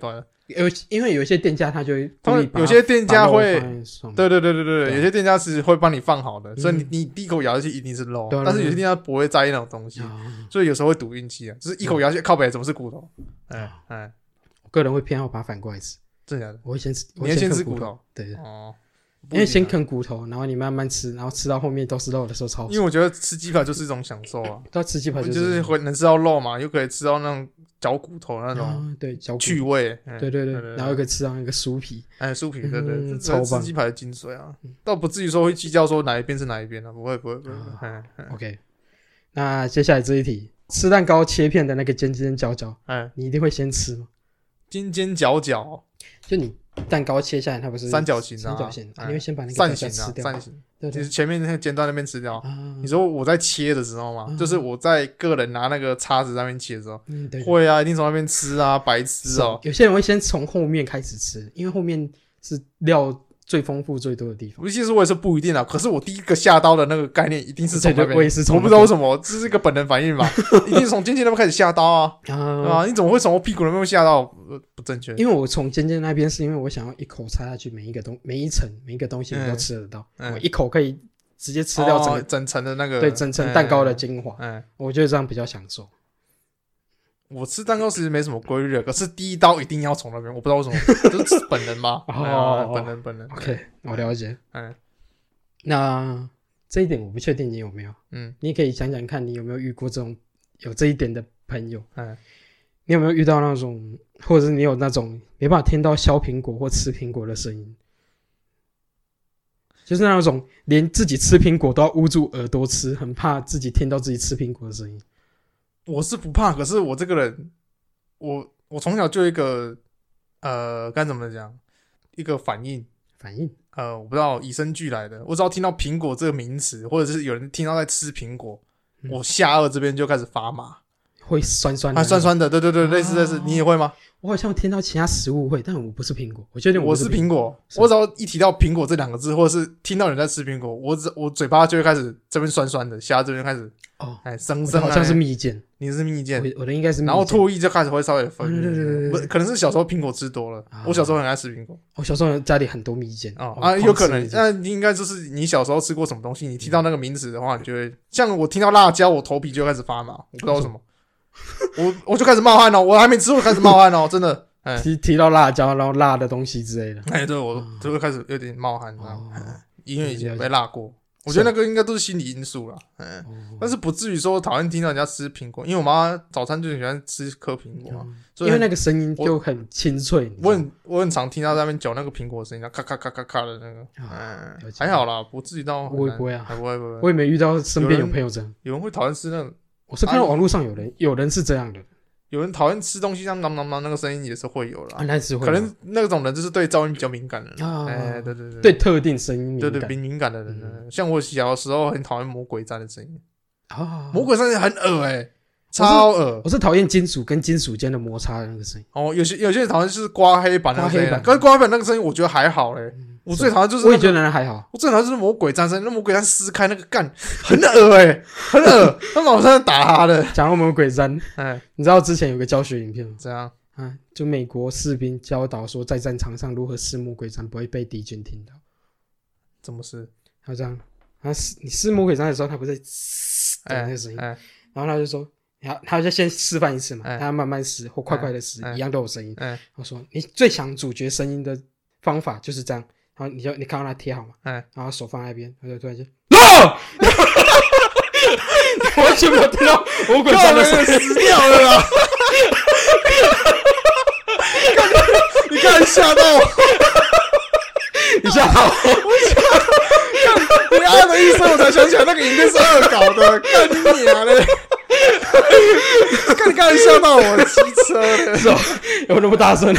Speaker 1: 有因为有些店家他就会
Speaker 2: 他们有些店家会，对对对对对，对有些店家是会帮你放好的，嗯、所以你你第一口咬下去一定是肉，嗯、但是有些店家不会在意那种东西，嗯、所以有时候会赌运气啊，就是一口咬下去，靠北怎么是骨头？哎哎，
Speaker 1: 我个人会偏好把它反过来吃，
Speaker 2: 真的假的？
Speaker 1: 我会先吃，
Speaker 2: 你会先吃骨头，
Speaker 1: 对对
Speaker 2: 哦。
Speaker 1: 因为先啃骨头，然后你慢慢吃，然后吃到后面都是肉的时候超爽。
Speaker 2: 因为我觉得吃鸡排就是一种享受啊，
Speaker 1: 对，吃鸡排就
Speaker 2: 是, 就是会能吃到肉嘛，又可以吃到那种嚼骨头那种、啊、
Speaker 1: 对嚼
Speaker 2: 趣味，
Speaker 1: 对对 对, 对, 对，然后又可以吃到那个酥皮，
Speaker 2: 哎，酥皮，对对，
Speaker 1: 嗯、
Speaker 2: 这是吃鸡排的精髓啊，倒不至于说会计较说哪一边是哪一边啊，不会不会不会。啊、
Speaker 1: OK， 那接下来这一题，吃蛋糕切片的那个尖尖角角，
Speaker 2: 哎，
Speaker 1: 你一定会先吃吗？
Speaker 2: 尖尖角角，
Speaker 1: 就你蛋糕切下来，它不是
Speaker 2: 三角形啊？
Speaker 1: 三角形，啊、你会先把那个
Speaker 2: 扇形啊，
Speaker 1: 吃掉，
Speaker 2: 扇形。
Speaker 1: 对对，
Speaker 2: 就是前面那个尖端那边吃掉。
Speaker 1: 啊、
Speaker 2: 你说我在切的时候嘛，啊、就是我在个人拿那个叉子在那边切的时候，
Speaker 1: 嗯，对，
Speaker 2: 会啊，一定从那边吃啊，白吃哦。
Speaker 1: 有些人会先从后面开始吃，因为后面是料最丰富最多的地方。
Speaker 2: 其实我也是不一定啊，可是我第一个下刀的那个概念一定是从那边，
Speaker 1: 对对，我也是从，
Speaker 2: 我不知道为什么，这是一个本能反应嘛，一定是从尖尖那边开始下刀啊，啊, 啊，你怎么会从我屁股那边下刀？不正确。
Speaker 1: 因为我从尖尖那边是因为我想要一口插下去，每一个东每一层每一个东西我都吃得到，嗯、我一口可以直接吃掉整个、
Speaker 2: 哦、整层的那个，
Speaker 1: 对，整层蛋糕的精华，
Speaker 2: 嗯，
Speaker 1: 我觉得这样比较享受。
Speaker 2: 我吃蛋糕其实没什么规律的，可是第一刀一定要从那边，我不知道为什么，就是本能吧。
Speaker 1: 哦，
Speaker 2: 本能本能。
Speaker 1: OK， 我了解。
Speaker 2: 嗯，
Speaker 1: 那这一点我不确定你有没有，
Speaker 2: 嗯，
Speaker 1: 你也可以讲讲看你有没有遇过这种有这一点的朋友。
Speaker 2: 嗯，
Speaker 1: 你有没有遇到那种，或者是你有那种没办法听到削苹果或吃苹果的声音？就是那种连自己吃苹果都要捂住耳朵吃，很怕自己听到自己吃苹果的声音。
Speaker 2: 我是不怕，可是我这个人，我我从小就有一个呃，该怎么讲，一个反应
Speaker 1: 反应，
Speaker 2: 呃，我不知道与生俱来的，我只要听到苹果这个名词，或者是有人听到在吃苹果，嗯、我下颚这边就开始发麻，
Speaker 1: 会酸酸的、
Speaker 2: 啊，酸酸的，对对对，啊、类似类似，你也会吗？
Speaker 1: 我好像听到其他食物会，但我不是苹果。我确定
Speaker 2: 我是苹果，我只要一提到苹果这两个字，或者是听到人在吃苹果，我只我嘴巴就会开始这边酸酸的，下这边开始
Speaker 1: 哦，
Speaker 2: 哎，生生，
Speaker 1: 好像是蜜饯，
Speaker 2: 你是蜜饯，
Speaker 1: 我的应该是蜜饯，
Speaker 2: 然后唾液就开始会稍微分泌，
Speaker 1: 对对对对，
Speaker 2: 可能是小时候苹果吃多了，啊、我小时候很爱吃苹果，
Speaker 1: 我小时候家里很多蜜饯
Speaker 2: 哦啊，有可能，那应该就是你小时候吃过什么东西，你听到那个名词的话，你就会像我听到辣椒，我头皮就会开始发麻，我不知道为什么。我我就开始冒汗哦，我还没吃，我开始冒汗哦，真的。哎、
Speaker 1: 提提到辣椒，然后辣的东西之类的，
Speaker 2: 哎，对我就会开始有点冒汗，哦、因为以前被辣过。我觉得那个应该都是心理因素啦，哎，哦、但是不至于说讨厌听到人家吃苹果，因为我妈早餐就很喜欢吃颗苹果嘛，
Speaker 1: 嗯、所以因为那个声音就很清脆。
Speaker 2: 我, 我很我很常听到在那边嚼那个苹果的声音，咔咔咔咔咔的那个，嗯，还好啦，不至于到
Speaker 1: 不会不会啊，
Speaker 2: 还不会不会，
Speaker 1: 我也没遇到身边有朋友这样，
Speaker 2: 有人会讨厌吃那种，
Speaker 1: 我是看到网络上有人、啊、有人是这样的。
Speaker 2: 有人讨厌吃东西像囔囔囔那个声音也是会有啦，
Speaker 1: 啊、那是会
Speaker 2: 可能那种人就是对噪音比较敏感的人，
Speaker 1: 啊，
Speaker 2: 哎，对对对，
Speaker 1: 对特定声音敏
Speaker 2: 感，对对敏敏感的人，嗯、像我小的时候很讨厌魔鬼毡的声音，
Speaker 1: 啊，
Speaker 2: 魔鬼毡很恶哎、欸，超恶，
Speaker 1: 我是讨厌金属跟金属间的摩擦的那个声音。
Speaker 2: 哦，有些有些人讨厌就是刮黑板那个声音，可是刮黑板那个声音我觉得还好嘞、欸。嗯我最讨厌就是、那個，
Speaker 1: 我也觉得那还好。
Speaker 2: 我最讨厌就是魔鬼毡声，那魔鬼毡撕开那个干，很恶哎、欸，很恶，他马上打他的。
Speaker 1: 讲到魔鬼毡，哎，你知道之前有个教学影片吗？
Speaker 2: 怎样？
Speaker 1: 啊，就美国士兵教导说，在战场上如何撕魔鬼毡不会被敌军听到。
Speaker 2: 怎么撕？
Speaker 1: 他这样，他撕你撕魔鬼毡的时候，他不是嘶的那个声音，
Speaker 2: 哎哎、
Speaker 1: 然后他就说，他他就先示范一次嘛，
Speaker 2: 哎、
Speaker 1: 他慢慢撕或快快的撕，
Speaker 2: 哎、
Speaker 1: 一样都有声音。
Speaker 2: 哎、
Speaker 1: 我说你最想阻绝声音的方法就是这样。然后你就你看到他贴好嘛，
Speaker 2: 嗯，
Speaker 1: 然后手放在那边，他就突然间，啊！完全没有听到魔鬼毡的声音，
Speaker 2: 死掉了啦！你刚才吓到我，
Speaker 1: 你吓到我，
Speaker 2: 你按了一声，我才想起来那个影片是恶搞的，干你娘嘞！看你刚才吓到我，骑车了，
Speaker 1: 是哦，有那么大声？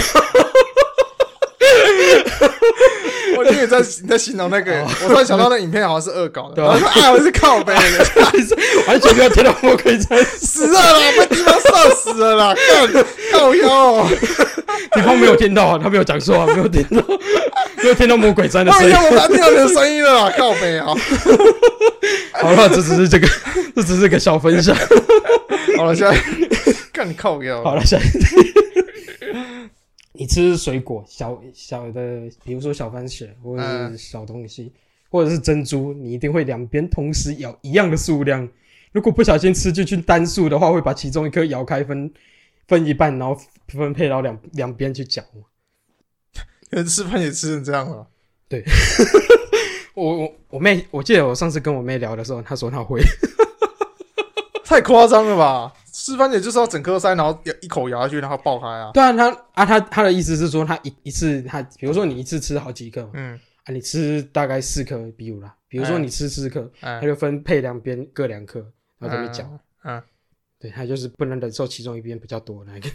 Speaker 2: 我以为在你在形容那个， oh. 我突然想到那影片好像是恶搞的，
Speaker 1: 对啊，
Speaker 2: 啊，我是靠背的，
Speaker 1: 完全没有听到魔鬼毡，
Speaker 2: 死了啦，被地方射死了啦，干靠腰哦，
Speaker 1: 你刚没有听到，他没有讲错啊，没有听到，没有听到魔鬼毡的声音，
Speaker 2: 我听到你的声音了啦，靠背啊，
Speaker 1: 好了，这只是这个，这只是个小分享，
Speaker 2: 好了，现在干你靠腰，
Speaker 1: 好了，下一题，你吃水果小小的，比如说小番茄或者是小东西，嗯、或者是珍珠，你一定会两边同时咬一样的数量。如果不小心吃进去单数的话，会把其中一颗咬开分分一半，然后分配到两两边去嚼。
Speaker 2: 有人吃番茄吃成这样了？
Speaker 1: 对，我我我妹，我记得我上次跟我妹聊的时候，她说她会。
Speaker 2: 太夸张了吧！吃番茄就是要整颗塞，然后一口咬下去，然后爆开啊！
Speaker 1: 对啊，他啊他他的意思是说，他一一次他，比如说你一次吃好几颗嘛，
Speaker 2: 嗯
Speaker 1: 啊，你吃大概四颗，比如啦，比如说你吃四颗，
Speaker 2: 哎、
Speaker 1: 他就分配两边各两颗，然后在那边嚼。
Speaker 2: 嗯，嗯
Speaker 1: 对，他就是不能忍受其中一边比较多那个。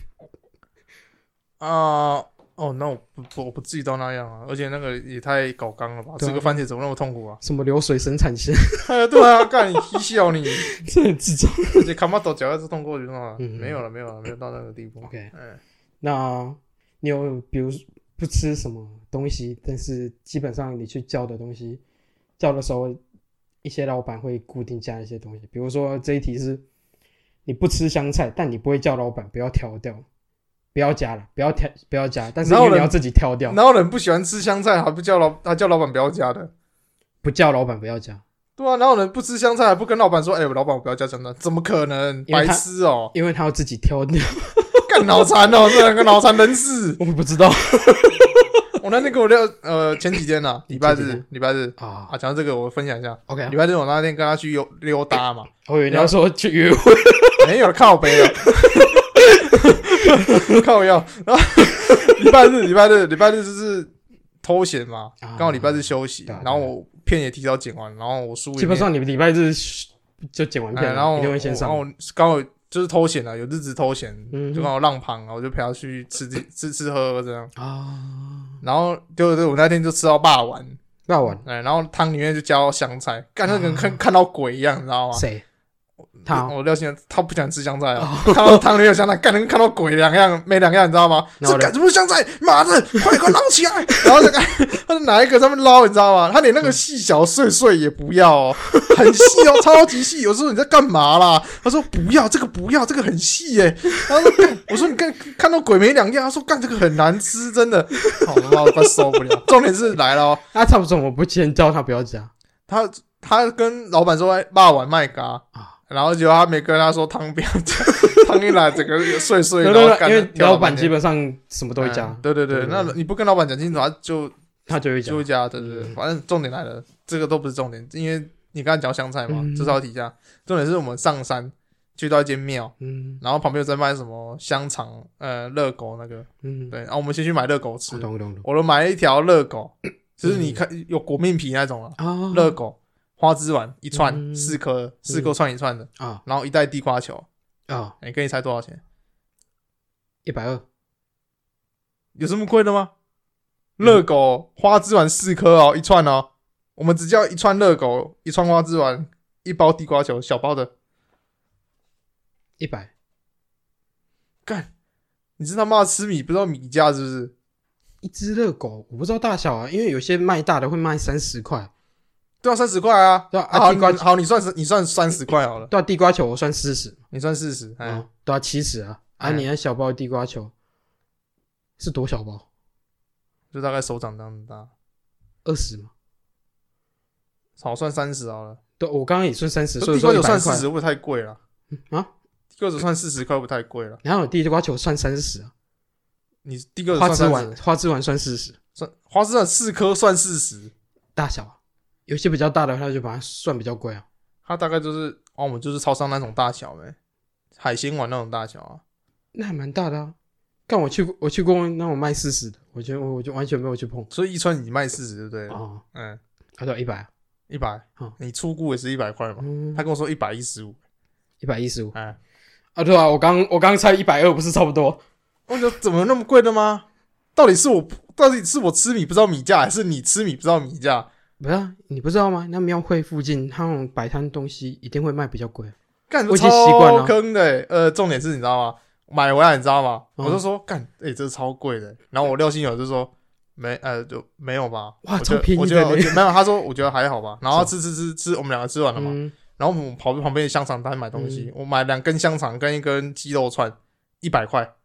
Speaker 2: 啊、呃，哦，那我不我不至于到那样啊，而且那个也太搞纲了吧？吃、啊、个番茄怎么那么痛苦啊？
Speaker 1: 什么流水生产线？
Speaker 2: 哎呀，对啊，干你嬉笑你，
Speaker 1: 这很智障。
Speaker 2: 而且卡马斗脚要是痛过去了、嗯，没有了，没有了，没有到那个地步。
Speaker 1: OK，
Speaker 2: 嗯，
Speaker 1: 那你有比如不吃什么东西，但是基本上你去叫的东西，叫的时候，一些老板会固定加一些东西，比如说这一题是你不吃香菜，但你不会叫老板不要挑掉。不要加了，不要挑，不要加，但是因为你要自己挑掉。
Speaker 2: 然后人不喜欢吃香菜，还不叫老，还叫老板不要加的，
Speaker 1: 不叫老板不要加。
Speaker 2: 对啊，然后人不吃香菜，还不跟老板说，哎、欸，我老板我不要加香菜，怎么可能？白痴哦、喔！
Speaker 1: 因为他要自己挑掉。
Speaker 2: 干脑残哦，这两个脑残人士。
Speaker 1: 我不知道。
Speaker 2: 我那天跟我聊，呃，前几天呐，礼拜日，礼拜日
Speaker 1: 啊，
Speaker 2: 啊，讲到这个，我分享一下。
Speaker 1: OK，
Speaker 2: 礼拜日我那天跟他去溜溜达嘛。
Speaker 1: 我以为你要說去約會，
Speaker 2: 沒有靠北了。靠腰，然後禮拜日，禮拜日，禮拜日就是偷閒嘛，剛好禮拜日休息，然後我片也提早剪完，然後我書基
Speaker 1: 本上你禮拜日就剪完片了，
Speaker 2: 然後
Speaker 1: 一定會先上。
Speaker 2: 然後剛好就是偷閒了，有日子偷閒，
Speaker 1: 嗯、
Speaker 2: 就剛好浪旁，我就陪他去吃吃吃喝喝這樣
Speaker 1: 啊。
Speaker 2: 然後對對，我那天就吃到霸丸，
Speaker 1: 霸丸，
Speaker 2: 哎，然後湯裡面就加到香菜，幹那個跟看看到鬼一樣，你知道嗎？
Speaker 1: 誰？他
Speaker 2: 我廖先生他不想吃香菜啊，看到湯裡有香菜，幹跟看到鬼兩樣，沒兩樣，你知道嗎？這幹什麼香菜？媽的，快快撈起來！然後就他就拿一個在那邊撈，你知道嗎？他連那個細小碎碎也不要哦，很細哦，超級細。有時候你在幹嘛啦？他說不要，這個不要，這個很細耶。然後說幹，我說你看看到鬼沒兩樣。他說幹這個很難吃，真的。好，我快受不了。重點是來了哦，
Speaker 1: 他差不多我不先叫他不要加，
Speaker 2: 他他跟老闆說霸碗賣咖啊。然後結果他沒跟他說湯不要加，湯一來整個碎碎的。
Speaker 1: 對對對，因為老闆基本上什麼都會加。嗯、
Speaker 2: 對對對，那你不跟老闆講清楚，他就
Speaker 1: 他就會加，
Speaker 2: 就會加。對對對，嗯、反正重點來了，這個都不是重點，因為你剛才講香菜嘛，這是要提一下。重點是我們上山去到一間廟，嗯，然後旁邊有在賣什麼香腸，呃，熱狗那個，嗯，對，然後我們先去買熱狗吃。我懂懂懂。我都買了一條熱狗，就是你看有果麵皮那種啊，熱狗。花枝丸一串、嗯、四顆，四顆串一串的啊、嗯，然後一袋地瓜球啊，你、欸、給你猜多少錢？
Speaker 1: 一百二，
Speaker 2: 有這麼貴的嗎？熱、嗯、狗花枝丸四顆哦，一串哦，我們只叫一串熱狗，一串花枝丸，一包地瓜球，小包的，
Speaker 1: 一百。
Speaker 2: 幹，你是他媽吃米不知道米價是不是？
Speaker 1: 一隻熱狗我不知道大小啊，因為有些賣大的會賣三十塊。
Speaker 2: 對啊，三十塊啊！
Speaker 1: 對啊，
Speaker 2: 好，
Speaker 1: 地瓜
Speaker 2: 好，你算你算三十塊好了。
Speaker 1: 對啊，地瓜球我算四十，
Speaker 2: 你算四十，哎、嗯，
Speaker 1: 對啊，七十啊！啊，你那小包的地瓜球是多小包？
Speaker 2: 就大概手掌這樣大，
Speaker 1: 二十嘛？
Speaker 2: 好，算三十好了。
Speaker 1: 對，我剛剛也算三十，所以
Speaker 2: 地瓜球算四十會不會太貴了？
Speaker 1: 啊，
Speaker 2: 地瓜球算四十塊會不會太貴了？
Speaker 1: 然後地瓜球算三十啊？
Speaker 2: 你地瓜球算三十，
Speaker 1: 花枝丸花枝丸算四十，
Speaker 2: 算花枝丸四顆算四十，
Speaker 1: 大小啊？有些比較大的，他就把它算比較貴啊。
Speaker 2: 它大概就是哦，我們就是超商那種大小唄，海鮮丸那種大小啊。
Speaker 1: 那還蠻大的啊。但我去我去過那種賣四十的，我覺得我就完全沒有去碰。
Speaker 2: 所以一串你賣四十對不對？
Speaker 1: 哦，
Speaker 2: 嗯，
Speaker 1: 他說一百，
Speaker 2: 一百，你出估也是一百塊嘛？嗯、他跟我說一百一十五，
Speaker 1: 一百一十五。
Speaker 2: 哎，
Speaker 1: 啊對啊，我剛我剛猜一百二，不是差不多？
Speaker 2: 我覺得怎麼那麼貴的嗎？到底是我到底是我吃米不知道米價，還是你吃米不知道米價？
Speaker 1: 不是、啊，你不知道嗎？那廟會附近，他那種擺攤東西一定會賣比較貴。
Speaker 2: 幹，我已經習慣了。超坑的、欸，呃，重點是你知道嗎？買回來你知道嗎？嗯、我就說幹，誒、欸，這是超貴的、欸。然後我廖心友就說沒，呃，就沒有吧。
Speaker 1: 哇，超便宜的、欸。
Speaker 2: 我覺得沒有，他說我覺得還好吧。然後吃吃吃吃，我們兩個吃完了嘛。嗯、然後我們跑去旁邊的香腸攤買東西，嗯、我買兩根香腸跟一根雞肉串，一百塊。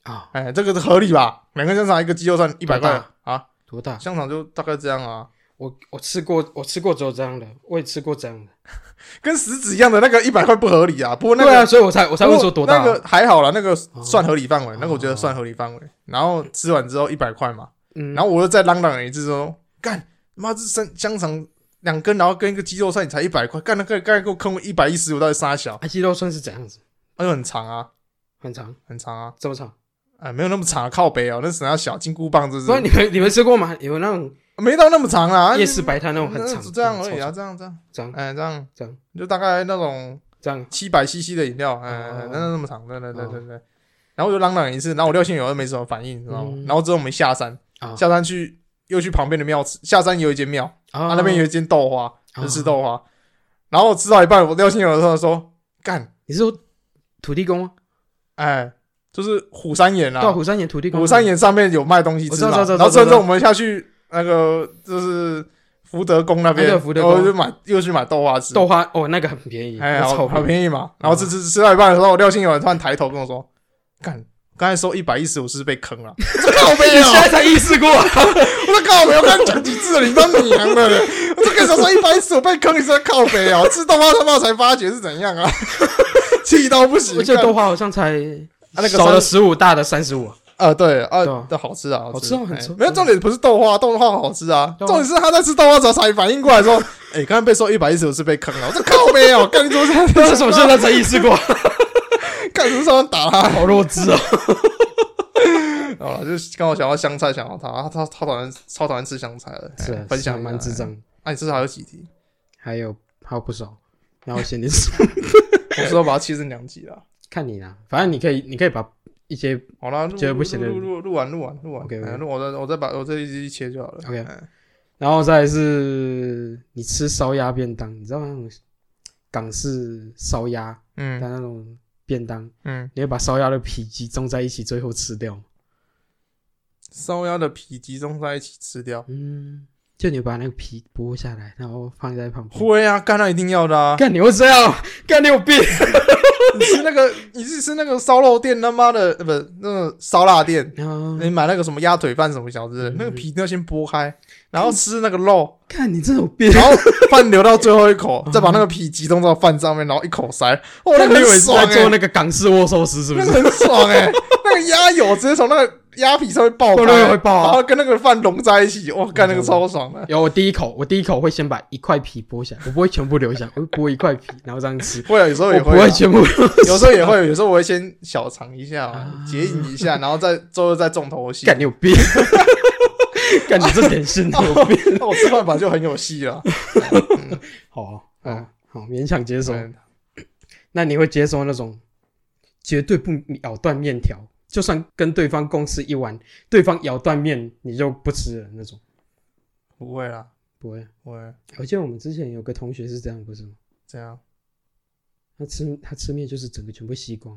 Speaker 1: 啊，
Speaker 2: 哎、欸，这个合理吧？两根香肠一个鸡肉串一百块啊，
Speaker 1: 多大？
Speaker 2: 香肠就大概这样啊。
Speaker 1: 我我吃过，我吃过只有这样的，我也吃过这样的，
Speaker 2: 跟食指一样的那个一百块不合理啊。不过那个，
Speaker 1: 对啊，所以我才我才会说多大、啊。
Speaker 2: 那个还好啦，那个算合理范围、哦，那个我觉得算合理范围。然后吃完之后一百块嘛，嗯，然后我又再嚷嚷一次说，干妈这香香肠两根，然后跟一个鸡肉串你才一百块，干那个刚才给我坑我一百一十五，到底啥小？
Speaker 1: 啊，鸡肉串是怎样子？
Speaker 2: 那、啊、就很长啊，
Speaker 1: 很长，
Speaker 2: 很长啊，
Speaker 1: 这么长？
Speaker 2: 哎，没有那么长、啊，靠北哦，那是要小金箍棒，这是。
Speaker 1: 不是你们你们吃过吗？有那种
Speaker 2: 没到那么长啊，
Speaker 1: 夜市摆摊那种很长，
Speaker 2: 这样而已啊，这样这样
Speaker 1: 这样，
Speaker 2: 哎，这样
Speaker 1: 这样，
Speaker 2: 就大概那种
Speaker 1: 这样
Speaker 2: 七百 C C 的饮料，哎、哦，那那么长，对对对对对。哦、然后我就嚷嚷一次，然后我廖信友又没什么反应，你知道吗？嗯、然后之后我们下山，哦、下山去又去旁边的庙吃，下山有一间庙，哦、啊那边有一间豆花，就吃豆花。哦、然后我吃到一半，我廖信友突然说：“干，
Speaker 1: 你是说土地公吗？”
Speaker 2: 哎。就是虎山岩啊，
Speaker 1: 对，虎山岩土地公，
Speaker 2: 虎山岩上面有卖东西吃嘛，然后之后我们下去那个就是福德宫那边，
Speaker 1: 那个福德宫
Speaker 2: 就买又去买豆花吃，
Speaker 1: 豆花哦，那个很便宜，
Speaker 2: 哎，好好便宜嘛。然后吃吃吃到一半的时候，廖信友突然抬头跟我说：“干，刚才说一百一十五是被坑了。”我说：“靠北啊！”
Speaker 1: 你现在才意识过，我
Speaker 2: 说：“靠北，我刚才讲几次了，你当娘的！”我说：“跟你说一百一十五被坑，你是在靠北啊！吃豆花他妈才发觉是怎样啊，气到不行。”
Speaker 1: 我记得豆花好像才。啊、那个少了十五，大的三十五。
Speaker 2: 呃，对啊，对，好吃啊，
Speaker 1: 好吃，好吃，很
Speaker 2: 吃。没有重点不是豆花，豆花好吃啊，重点是他在吃豆花的时候才反应过来说：“哎、欸，刚才被说一百一十五是被坑了。”我说：“靠北哦，干你怎么这样？
Speaker 1: 为什么现在才意识过？
Speaker 2: 干什么时候打他？
Speaker 1: 好弱智啊！
Speaker 2: 好了，就是刚好想到香菜，想到他，他他超讨厌，超讨厌吃香菜的，
Speaker 1: 是、啊、
Speaker 2: 分享
Speaker 1: 蛮智障。
Speaker 2: 那、啊、你至少还有几题？
Speaker 1: 还有还有不少，然后先你说，
Speaker 2: 我说把它切成两集了。
Speaker 1: 看你啦，反正你可以，你可以把一些
Speaker 2: 好啦，
Speaker 1: 觉得不行的
Speaker 2: 录录录完录完录完
Speaker 1: ，OK，, okay.
Speaker 2: 哎、我再我再把我这一集切就好了
Speaker 1: ，OK、
Speaker 2: 哎。
Speaker 1: 然后再来是你吃烧鸭便当，你知道那种港式烧鸭，嗯，的那种便当，嗯，你会把烧鸭的皮集中在一起，最后吃掉吗？
Speaker 2: 烧鸭的皮集中在一起吃掉，
Speaker 1: 嗯。就你把那个皮剥下来，然后放在旁边。
Speaker 2: 会啊，干那一定要的啊！
Speaker 1: 干你会这样？干你有病！
Speaker 2: 你吃那个，你是吃那个烧肉店他妈的，呃，不是那个烧腊店，嗯、你买那个什么鸭腿饭什么小子、嗯，那个皮要先剥开，然后吃那个肉。
Speaker 1: 看你这种病！
Speaker 2: 然后饭留到最后一口，再把那个皮集中到饭上面，然后一口塞。哦，那个很爽、欸！
Speaker 1: 你以为是在做那个港式握寿司是不是？
Speaker 2: 那个很爽哎、欸！那个鸭油直接从那个鸭皮上面爆开，
Speaker 1: 对会爆、啊，
Speaker 2: 然后跟那个饭融在一起，哇，干那个超爽的。
Speaker 1: 有我第一口，我第一口会先把一块皮剥下来，我不会全部留下，我会剥一块皮，然后这样吃。
Speaker 2: 会啊，有时候也会、啊，
Speaker 1: 我不会全部，
Speaker 2: 有时候也会，有时候我会先小尝一下嘛，解饮一下，然后再最后再重头戏。
Speaker 1: 干你有病！干你这点心有病！
Speaker 2: 那我吃饭本来就很有戏了。
Speaker 1: 嗯、好，嗯，好，勉强接受。那你会接受那种绝对不咬断面条？就算跟对方共吃一碗，对方咬断面，你就不吃了那种？
Speaker 2: 不会啦，
Speaker 1: 不会，
Speaker 2: 不会。
Speaker 1: 我记得我们之前有个同学是这样，不是吗？
Speaker 2: 这样，
Speaker 1: 他吃他吃面就是整个全部吸光。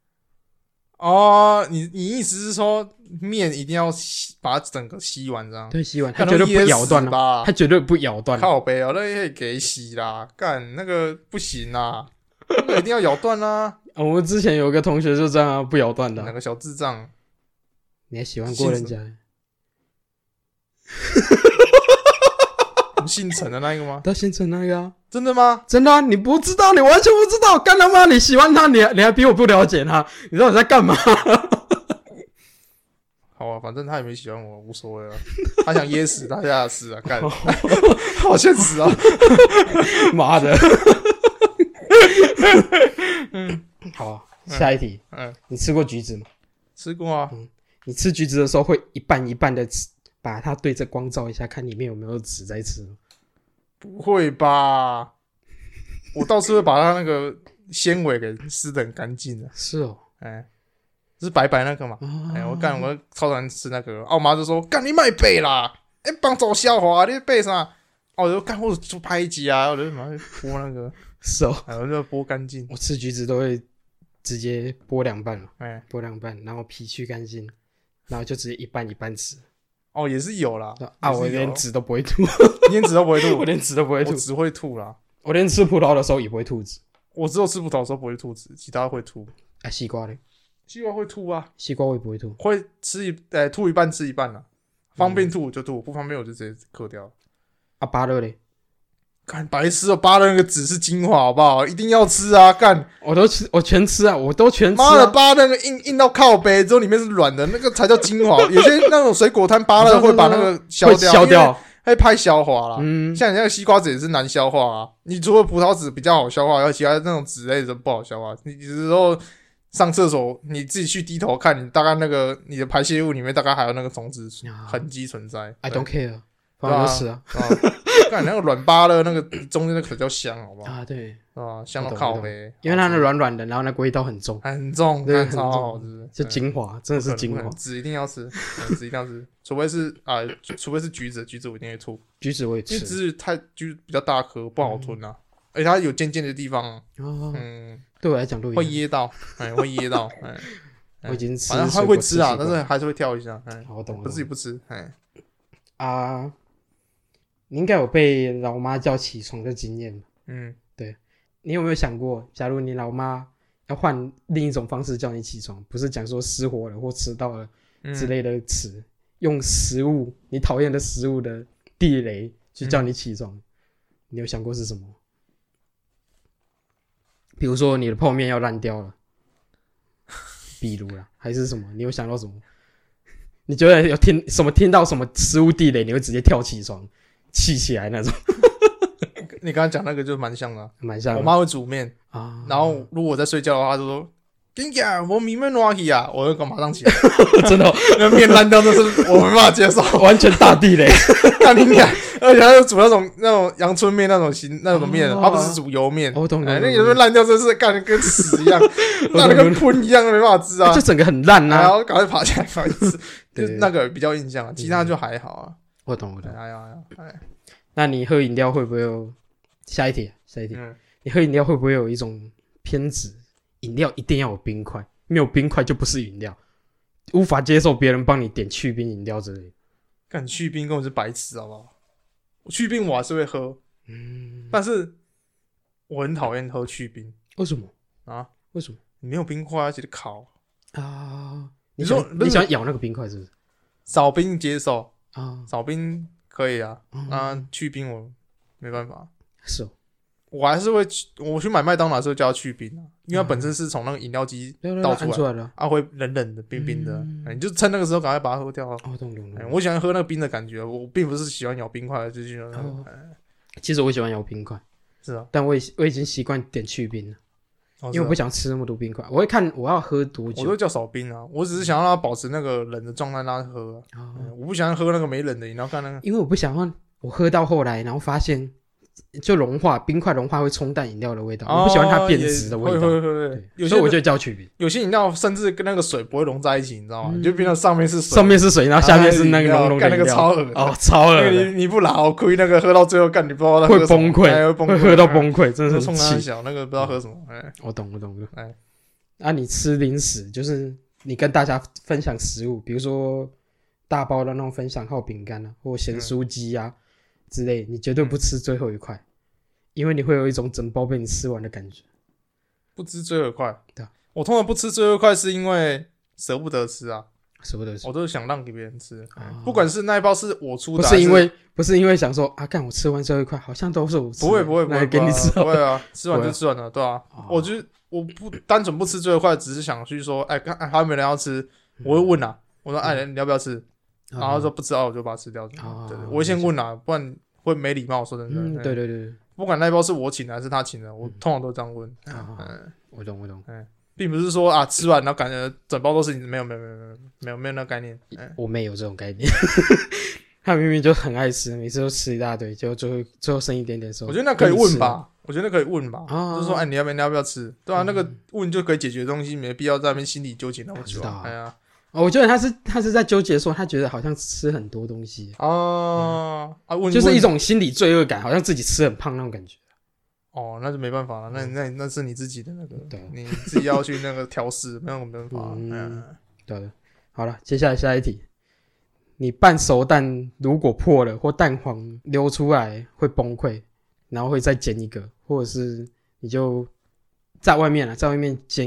Speaker 2: 哦，你你意思是说面一定要吸把它整个吸完这样？
Speaker 1: 对，吸完，他绝对不咬断
Speaker 2: 吧？
Speaker 1: 他绝对不咬断。
Speaker 2: 靠北哦，那可以给洗啦，干那个不行啦，那个一定要咬断啦。
Speaker 1: 哦、我们之前有个同学就这样、啊、不咬断的、啊，
Speaker 2: 哪个小智障？
Speaker 1: 你还喜欢过人家？
Speaker 2: 姓陈的那个吗？
Speaker 1: 他姓陈那个啊？
Speaker 2: 真的吗？
Speaker 1: 真的啊！你不知道，你完全不知道，干他妈！你喜欢他，你你还比我不了解他，你知道你在干嘛？
Speaker 2: 好啊，反正他也没喜欢我，无所谓啊。他想噎死大家的事啊，干，好现实啊！
Speaker 1: 妈的！嗯，好，下一题。嗯，你吃过橘子吗？
Speaker 2: 吃过啊。
Speaker 1: 嗯，你吃橘子的时候会一半一半的吃，把它对着光照一下，看里面有没有籽在吃吗？
Speaker 2: 不会吧？我倒是会把它那个纤维给撕得很干净的。
Speaker 1: 是哦，
Speaker 2: 哎、欸，就是白白那个嘛。哎、哦欸，我干，我超喜欢吃那个。啊，我妈就说：“干你卖背啦，哎、欸，帮走消化，你背啥？”哦，我就干，我就拍一集啊，我就马上剥那个。
Speaker 1: 是哦，
Speaker 2: 哎、欸，我就剥干净。
Speaker 1: 我吃橘子都会直接剥两半了，哎、
Speaker 2: 欸，
Speaker 1: 剥两半，然后皮去干净，然后就直接一半一半吃。
Speaker 2: 哦，也是有啦。
Speaker 1: 啊，我连籽都不会吐，
Speaker 2: 连籽都不会吐，
Speaker 1: 我连籽都不会吐，
Speaker 2: 我只会吐啦。
Speaker 1: 我连吃葡萄的时候也不会吐籽，
Speaker 2: 我只有吃葡萄的时候不会吐籽，其他会吐。
Speaker 1: 啊，西瓜嘞？
Speaker 2: 西瓜会吐啊，
Speaker 1: 西瓜我也不会吐。
Speaker 2: 会吃一呃吐一半吃一半啦、啊，方便吐我就吐，不方便我就直接嗑掉。
Speaker 1: 啊，芭乐嘞？
Speaker 2: 干白痴哦，芭乐那个籽是精华，好不好？一定要吃啊！干，
Speaker 1: 我都吃，我全吃啊，我都全吃、啊。
Speaker 2: 妈的，芭乐那个硬硬到靠背，之后里面是软的，那个才叫精华。有些那种水果摊芭乐会把那个削掉，
Speaker 1: 削掉，
Speaker 2: 会拍消化啦。
Speaker 1: 嗯，
Speaker 2: 像你那个西瓜籽也是难消化啊。你除了葡萄籽比较好消化，然后其他那种籽类的不好消化。你有时候上厕所，你自己去低头看，你大概那个你的排泄物里面大概还有那个种子痕迹存在。
Speaker 1: I don't care， 反正吃啊。
Speaker 2: 看那个软芭乐，那个中间那个比较香，好不好？
Speaker 1: 啊，对，
Speaker 2: 啊，香到靠背，
Speaker 1: 因为它那软软的，然后那个味道很重，
Speaker 2: 很重，
Speaker 1: 对，
Speaker 2: 超好吃，
Speaker 1: 就精华，真的是精华。
Speaker 2: 籽一定要吃，籽一定要吃，除非是啊，除非是橘子，橘子我一定会吐。
Speaker 1: 橘子我也吃，
Speaker 2: 橘子太橘比较大颗，不好吞啊，而且它有尖尖的地方，嗯，
Speaker 1: 对我来讲都
Speaker 2: 会噎到，哎，会噎到，哎，
Speaker 1: 我已经吃，
Speaker 2: 反正它会吃啊，但是还是会跳一下，哎，
Speaker 1: 我懂了，
Speaker 2: 不自己不吃，哎，
Speaker 1: 啊。你应该有被老妈叫起床的经验吧？嗯，对。你有没有想过，假如你老妈要换另一种方式叫你起床，不是讲说失火了或迟到了之类的词，嗯、用食物你讨厌的食物的地雷去叫你起床，嗯、你有想过是什么？比如说你的泡面要烂掉了，比如啦，还是什么？你有想到什么？你觉得有听什么听到什么食物地雷，你会直接跳起床？气起来那种，
Speaker 2: 你刚刚讲那个就蛮像的、啊，
Speaker 1: 蛮像的。
Speaker 2: 我妈会煮面啊，然后如果我在睡觉的话，她就说：“跟你讲，我米面软起啊！”我就马上起来，
Speaker 1: 真的、哦，
Speaker 2: 那面烂掉，那是我没办法接受，
Speaker 1: 完全大地雷。
Speaker 2: 那你讲，而且她就煮那种那种阳春面那种型那种面，她、哦、不是煮油面。
Speaker 1: 我、哦、懂了、
Speaker 2: 哎，那有时候烂掉，真是干的跟屎一样，烂的跟喷一样，没办法吃啊，
Speaker 1: 就整个很烂啊。
Speaker 2: 然后赶快爬起来赶快吃，就那个比较印象啊，其他就还好啊。
Speaker 1: 我懂，我懂。
Speaker 2: 哎呀哎，
Speaker 1: 那你喝饮料会不会有？下一题，下一题。嗯、你喝饮料会不会有一种偏执？饮料一定要有冰块，没有冰块就不是饮料。无法接受别人帮你点去冰饮料之类的。
Speaker 2: 干去冰根本是白痴，好不好？去冰我还是会喝，嗯，但是我很讨厌喝去冰。
Speaker 1: 为什么
Speaker 2: 啊？
Speaker 1: 为什么？
Speaker 2: 你没有冰块，而且烤
Speaker 1: 啊？你说你喜欢咬那个冰块是不是？
Speaker 2: 少冰接受。
Speaker 1: 啊，
Speaker 2: 少冰可以啊，嗯、啊，去冰我没办法。
Speaker 1: 是哦，
Speaker 2: 我还是会去，我去买麦当劳的时候就要去冰啊，因为它本身是从那个饮料机倒出来，
Speaker 1: 出来的
Speaker 2: 啊，会冷冷的、冰冰的，嗯欸、你就趁那个时候赶快把它喝掉啊。
Speaker 1: 哦，懂懂懂、
Speaker 2: 欸。我喜欢喝那个冰的感觉，我并不是喜欢咬冰块，就是、哦欸、
Speaker 1: 其实我喜欢咬冰块，
Speaker 2: 是啊，
Speaker 1: 但我已我已经习惯点去冰了。哦、因为我不想吃那么多冰块，我会看我要喝多久。
Speaker 2: 我都叫少冰啊，我只是想让它保持那个冷的状态，让它喝、啊哦嗯。我不喜欢喝那个没冷的饮料，看那个。
Speaker 1: 因为我不想让我喝到后来，然后发现就融化，冰块融化会冲淡饮料的味道，哦、我不喜欢它变质的味道。
Speaker 2: 会会会会，有些
Speaker 1: 所以我就叫去冰。
Speaker 2: 有些饮料甚至跟那个水不会融在一起，你知道吗？嗯、就变成上面是水，
Speaker 1: 上面是水，然后下面是那个浓浓的饮料。
Speaker 2: 干那个超恶
Speaker 1: 哦，超恶
Speaker 2: 的。你你不老亏那个喝到最后，干你不知道他
Speaker 1: 会崩溃，
Speaker 2: 会崩溃，
Speaker 1: 会喝到崩溃，真的是
Speaker 2: 冲他小那个不知道喝什么。哎，
Speaker 1: 我懂我懂了。哎，啊，你吃零食就是你跟大家分享食物，比如说大包的那种分享号饼干啊，或咸酥鸡啊、嗯、之类，你绝对不吃最后一块。因为你会有一种整包被你吃完的感觉。
Speaker 2: 不吃最后一块，
Speaker 1: 对啊，
Speaker 2: 我通常不吃最后一块是因为舍不得吃啊，
Speaker 1: 舍不得吃，
Speaker 2: 我都想让给别人吃、哦。不管是那一包是我出的，
Speaker 1: 不是因为不是因为想说啊，干我吃完最后一块，好像都是我吃的，
Speaker 2: 不会不会不会
Speaker 1: 给你吃，
Speaker 2: 不会啊，吃完就吃完了，对啊。哦、我就我不单纯不吃最后一块，只是想去说，哎，看还有没有人要吃，我会问啊，我说哎，嗯、你要不要吃？嗯、然后说不吃啊，我就把它吃掉。哦、对，我会先问啊，不然会没礼貌。说真的、
Speaker 1: 嗯，对对对。
Speaker 2: 不管那一包是我请的还是他请的，我通常都这样问。
Speaker 1: 嗯哦、嗯我懂我懂、
Speaker 2: 嗯，并不是说啊吃完然后感觉整包都是你，没有没有没有没有没有没有那个概念。嗯、
Speaker 1: 我妹有这种概念，她明明就很爱吃，每次都吃一大堆，结果最后最后剩一点点的时候，
Speaker 2: 我觉得那可以问吧，我觉得那可以问吧，
Speaker 1: 哦、
Speaker 2: 就是说哎你要不要你要不要吃？对啊，嗯、那个问就可以解决的东西，没必要在那边心里纠结那么久。
Speaker 1: 知道啊，
Speaker 2: 哎呀。
Speaker 1: 哦、我觉得他是他是在纠结说，他觉得好像吃很多东西
Speaker 2: 哦、嗯、啊，问
Speaker 1: 就是一种心理罪恶感，好像自己吃很胖那种感觉。
Speaker 2: 哦，那就没办法了，那那那是你自己的那个，对，你自己要去那个调试，没有没办法。嗯，嗯
Speaker 1: 对的。好了，接下来下一题，你半熟蛋如果破了或蛋黄流出来会崩溃，然后会再煎一个，或者是你就在外面啊，在外面煎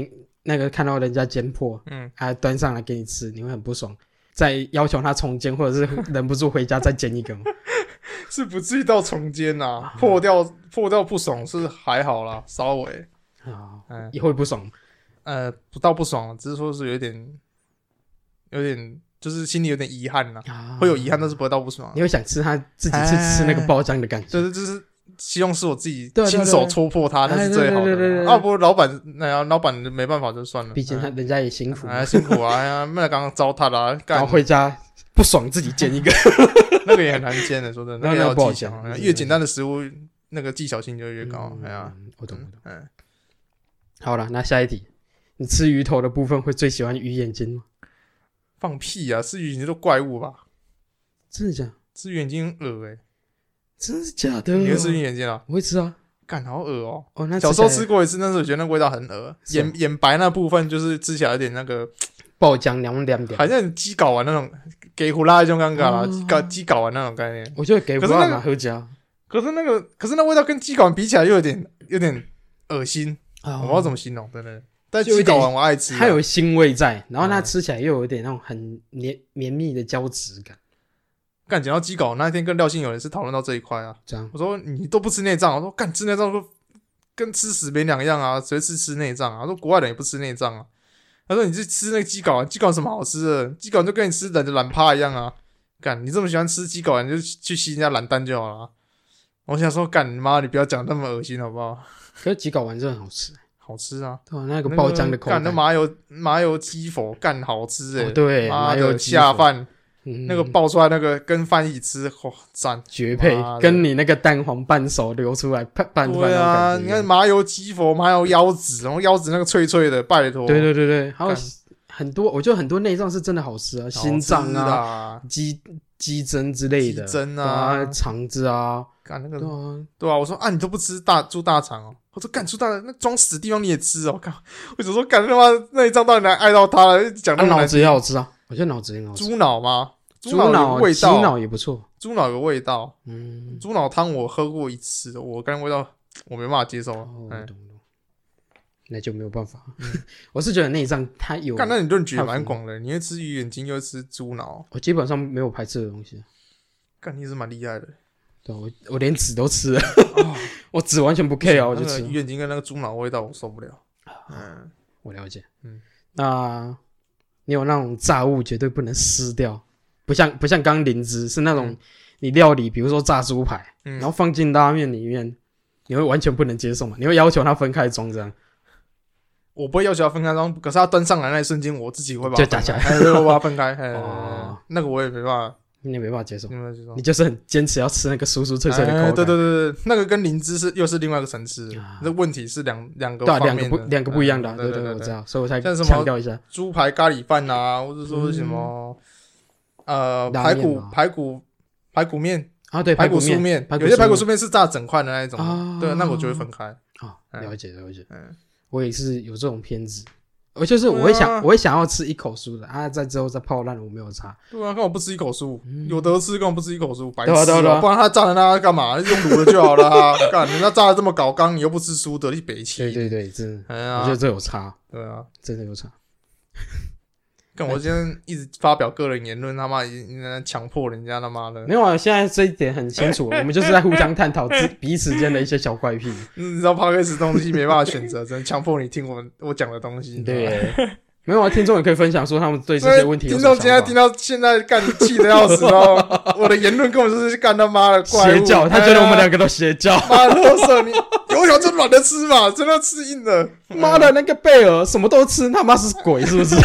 Speaker 1: 那个看到人家煎破，
Speaker 2: 嗯，
Speaker 1: 啊端上来给你吃，你会很不爽，再要求他重煎，或者是忍不住回家再煎一个吗？
Speaker 2: 是不至于到重煎啊，破掉破掉不爽是还好啦，稍微
Speaker 1: 啊，
Speaker 2: 嗯
Speaker 1: 也会不爽。
Speaker 2: 呃不到不爽，只是说是有点有点就是心里有点遗憾啦，
Speaker 1: 啊
Speaker 2: 会有遗憾，但是不会到不爽。
Speaker 1: 你会想吃他自己去吃那个爆浆的感觉，
Speaker 2: 就是就是希望是我自己
Speaker 1: 对对对
Speaker 2: 亲手戳破它，那是最好
Speaker 1: 对对对对对
Speaker 2: 的。啊，不过老板那呀，老板没办法就算了，
Speaker 1: 毕竟他人家也辛苦，
Speaker 2: 哎辛苦啊，哎呀，那刚刚糟蹋啦，
Speaker 1: 然
Speaker 2: 干
Speaker 1: 后回家不爽自己煎一个，
Speaker 2: 那个也很难煎的，说真的，那个要
Speaker 1: 那个不好
Speaker 2: 技巧
Speaker 1: 煎，
Speaker 2: 越简单的食物，那个技巧性就越高。哎呀，
Speaker 1: 嗯我懂我懂。
Speaker 2: 嗯，
Speaker 1: 好了，那下一题，你吃鱼头的部分会最喜欢鱼眼睛吗？
Speaker 2: 放屁啊！吃鱼眼睛都怪物吧？
Speaker 1: 真的假的？
Speaker 2: 吃鱼眼睛很恶哎，
Speaker 1: 真的假的？
Speaker 2: 你会吃鱼眼睛啊？
Speaker 1: 我会吃啊。
Speaker 2: 干好恶哦！
Speaker 1: 哦，那
Speaker 2: 小时候
Speaker 1: 起来
Speaker 2: 吃过一次，但是我觉得那个味道很恶，
Speaker 1: 是哦
Speaker 2: 眼眼白那部分就是吃起来有点那个，
Speaker 1: 爆浆凉凉点，
Speaker 2: 好像鸡睾丸那种给胡辣那种尴尬啦，
Speaker 1: 哦
Speaker 2: 鸡睾鸡睾丸那种概念。
Speaker 1: 我觉得给不
Speaker 2: 可是那个
Speaker 1: 辣嘛喝加
Speaker 2: 可是那个，可是那味道跟鸡睾丸比起来又有点有点恶心，
Speaker 1: 啊，
Speaker 2: 我不知道怎么形容，真的。但
Speaker 1: 就有点
Speaker 2: 鸡睾丸我爱吃啊，
Speaker 1: 它有腥味在，然后它
Speaker 2: 嗯
Speaker 1: 吃起来又有一点那种很绵绵密的胶质感，
Speaker 2: 干讲到鸡睾丸那天跟廖信友也是讨论到这一块啊。
Speaker 1: 这样
Speaker 2: 我说你都不吃内脏，我说干吃内脏都跟吃屎没两样啊，谁吃吃内脏啊？他说国外人也不吃内脏啊。他说你去吃那个鸡睾丸，鸡睾丸有什么好吃的？鸡睾丸就跟你吃人的懒趴一样啊。干你这么喜欢吃鸡睾丸，你就去吸人家懒蛋就好了。我想说干你妈，你不要讲那么恶心好不好？
Speaker 1: 可是鸡睾丸真的很好吃，
Speaker 2: 好吃啊，
Speaker 1: 对吧？那个爆浆的口感，
Speaker 2: 干那麻油麻油鸡佛干好吃诶、
Speaker 1: 哦对，
Speaker 2: 妈的
Speaker 1: 麻油鸡粉，
Speaker 2: 下饭。
Speaker 1: 嗯
Speaker 2: 那个爆出来那个跟饭一起吃，哇赞
Speaker 1: 绝配
Speaker 2: 妈，的
Speaker 1: 跟你那个蛋黄半熟流出来拌拌饭那种
Speaker 2: 对啊，
Speaker 1: 感觉一样。
Speaker 2: 你看麻油鸡佛，麻油腰子，然后腰子那个脆脆的，拜托，
Speaker 1: 对对对对，还有
Speaker 2: 干
Speaker 1: 很多，我觉得很多内脏是真的好吃啊，心脏啊、
Speaker 2: 啊，
Speaker 1: 鸡鸡胗之类的，
Speaker 2: 鸡胗
Speaker 1: 对
Speaker 2: 啊
Speaker 1: 肠子啊，
Speaker 2: 干那个
Speaker 1: 对啊，
Speaker 2: 对啊，我说啊，你都不吃大猪大肠哦，我说干猪大肠那装死的地方你也吃哦，干，我就说干他妈那一张到底哪爱到他了，讲那么难
Speaker 1: 啊脑子也好吃啊，我觉得脑子也很好吃，
Speaker 2: 猪脑吗？
Speaker 1: 猪
Speaker 2: 脑有
Speaker 1: 脑、鸡
Speaker 2: 味道，
Speaker 1: 脑也不错，
Speaker 2: 猪脑有味道，
Speaker 1: 嗯，
Speaker 2: 猪脑汤我喝过一次，我感觉味道我没办法接受，
Speaker 1: 哦，我
Speaker 2: 嗯，
Speaker 1: 懂懂，那就没有办法，我是觉得内脏它有，
Speaker 2: 干那你论据也蛮广的，你会吃鱼眼睛又会吃猪脑，
Speaker 1: 我基本上没有排斥的东西，
Speaker 2: 干你也是蛮厉害的。
Speaker 1: 对我我连籽都吃了，
Speaker 2: 哦
Speaker 1: 我籽完全不 care 啊，我就
Speaker 2: 那个
Speaker 1: 吃，
Speaker 2: 鱼眼睛跟那个猪脑味道我受不了。嗯，
Speaker 1: 我了解，
Speaker 2: 嗯，
Speaker 1: 那你有那种炸物绝对不能湿掉，不像不像刚刚灵芝是那种
Speaker 2: 嗯
Speaker 1: 你料理，比如说炸猪排，
Speaker 2: 嗯
Speaker 1: 然后放进拉面里面，你会完全不能接受嘛？你会要求它分开装这样？
Speaker 2: 我不会要求它分开装，可是它端上来那一瞬间，我自己会把它
Speaker 1: 就夹起来
Speaker 2: 分开，哎对我把它分开。哎
Speaker 1: 哦
Speaker 2: 那个我也没办法，
Speaker 1: 你也没办法接受，
Speaker 2: 没办法接受
Speaker 1: 你。就是很坚持要吃那个酥酥脆脆的口感。
Speaker 2: 哎对对对对，那个跟灵芝是又是另外一个层次
Speaker 1: 啊，
Speaker 2: 那问题是两两个
Speaker 1: 对啊，
Speaker 2: 方面的
Speaker 1: 两个不两个不一样的啊，
Speaker 2: 嗯
Speaker 1: 对对，
Speaker 2: 对对
Speaker 1: 我知道，所以我才
Speaker 2: 像什么
Speaker 1: 强调一下。
Speaker 2: 猪排咖喱饭啊，或者说什么呃
Speaker 1: 拉
Speaker 2: 排骨
Speaker 1: 面嘛
Speaker 2: 排骨排骨面、
Speaker 1: 啊，对，
Speaker 2: 排
Speaker 1: 骨
Speaker 2: 酥面，
Speaker 1: 排骨
Speaker 2: 有些排骨
Speaker 1: 酥
Speaker 2: 酥面是炸整块的那一种
Speaker 1: 啊，
Speaker 2: 对，那个我就会分开。
Speaker 1: 啊，了解了解。
Speaker 2: 嗯，
Speaker 1: 我也是有这种偏执，我就是我会想，
Speaker 2: 对啊
Speaker 1: 我会想要吃一口酥的啊，在之后再泡烂，我没有差。
Speaker 2: 对啊，干嘛不吃一口酥？
Speaker 1: 嗯
Speaker 2: 有得吃，干嘛不吃一口酥？白痴
Speaker 1: 对啊对啊对啊
Speaker 2: 哦！不然他炸的那干嘛？用卤的就好了啊！干，人家炸的这么搞刚，你又不吃酥的，你北
Speaker 1: 对
Speaker 2: 气。
Speaker 1: 对对，真的，
Speaker 2: 哎
Speaker 1: 我觉得
Speaker 2: 呀，
Speaker 1: 这有差，
Speaker 2: 对啊，
Speaker 1: 真的有差。
Speaker 2: 干我今天一直发表个人言论，他妈已经强迫人家他妈的，
Speaker 1: 没有啊，现在这一点很清楚，我们就是在互相探讨自彼此间的一些小怪癖。
Speaker 2: 你知道 podcast 东西没办法选择，只能强迫你听我们我讲的东西。
Speaker 1: 对，没有啊，听众也可以分享说他们对这
Speaker 2: 所以
Speaker 1: 些问题有
Speaker 2: 听
Speaker 1: 什么想法
Speaker 2: 众现在听到现在干气的要死哦！我的言论根本就是干他妈的怪物，
Speaker 1: 邪教，他觉得我们两
Speaker 2: 个
Speaker 1: 个都邪教。
Speaker 2: 妈的垃圾，你油条就软的吃嘛，真的吃硬的。
Speaker 1: 妈的，那个贝尔什么都吃，他妈是鬼是不是？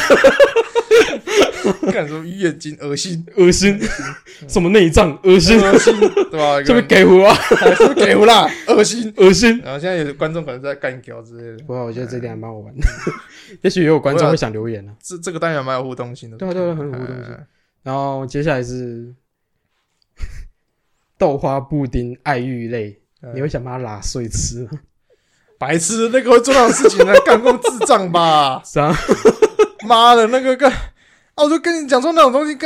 Speaker 2: 干什么鱼眼睛，恶心，
Speaker 1: 恶心，什么内脏，恶心，
Speaker 2: 恶心，对吧？
Speaker 1: 这边给我啊，
Speaker 2: 是不是给我啦？恶心。
Speaker 1: 恶心。
Speaker 2: 然后现在有观众可能在干屌之类的，
Speaker 1: 不过我觉得这点还蛮好玩的，也许也有观众会想留言呢。
Speaker 2: 这这个单元蛮有互动性的。
Speaker 1: 对啊对啊很有互动性
Speaker 2: 哎
Speaker 1: 然后接下来是豆花布丁爱玉类，
Speaker 2: 哎
Speaker 1: 你会想把它拉碎吃吗？
Speaker 2: 白痴，那个会做那种事情的，干过智障吧？
Speaker 1: 是啊，
Speaker 2: 妈的，那个干，啊，我就跟你讲说那种东西干，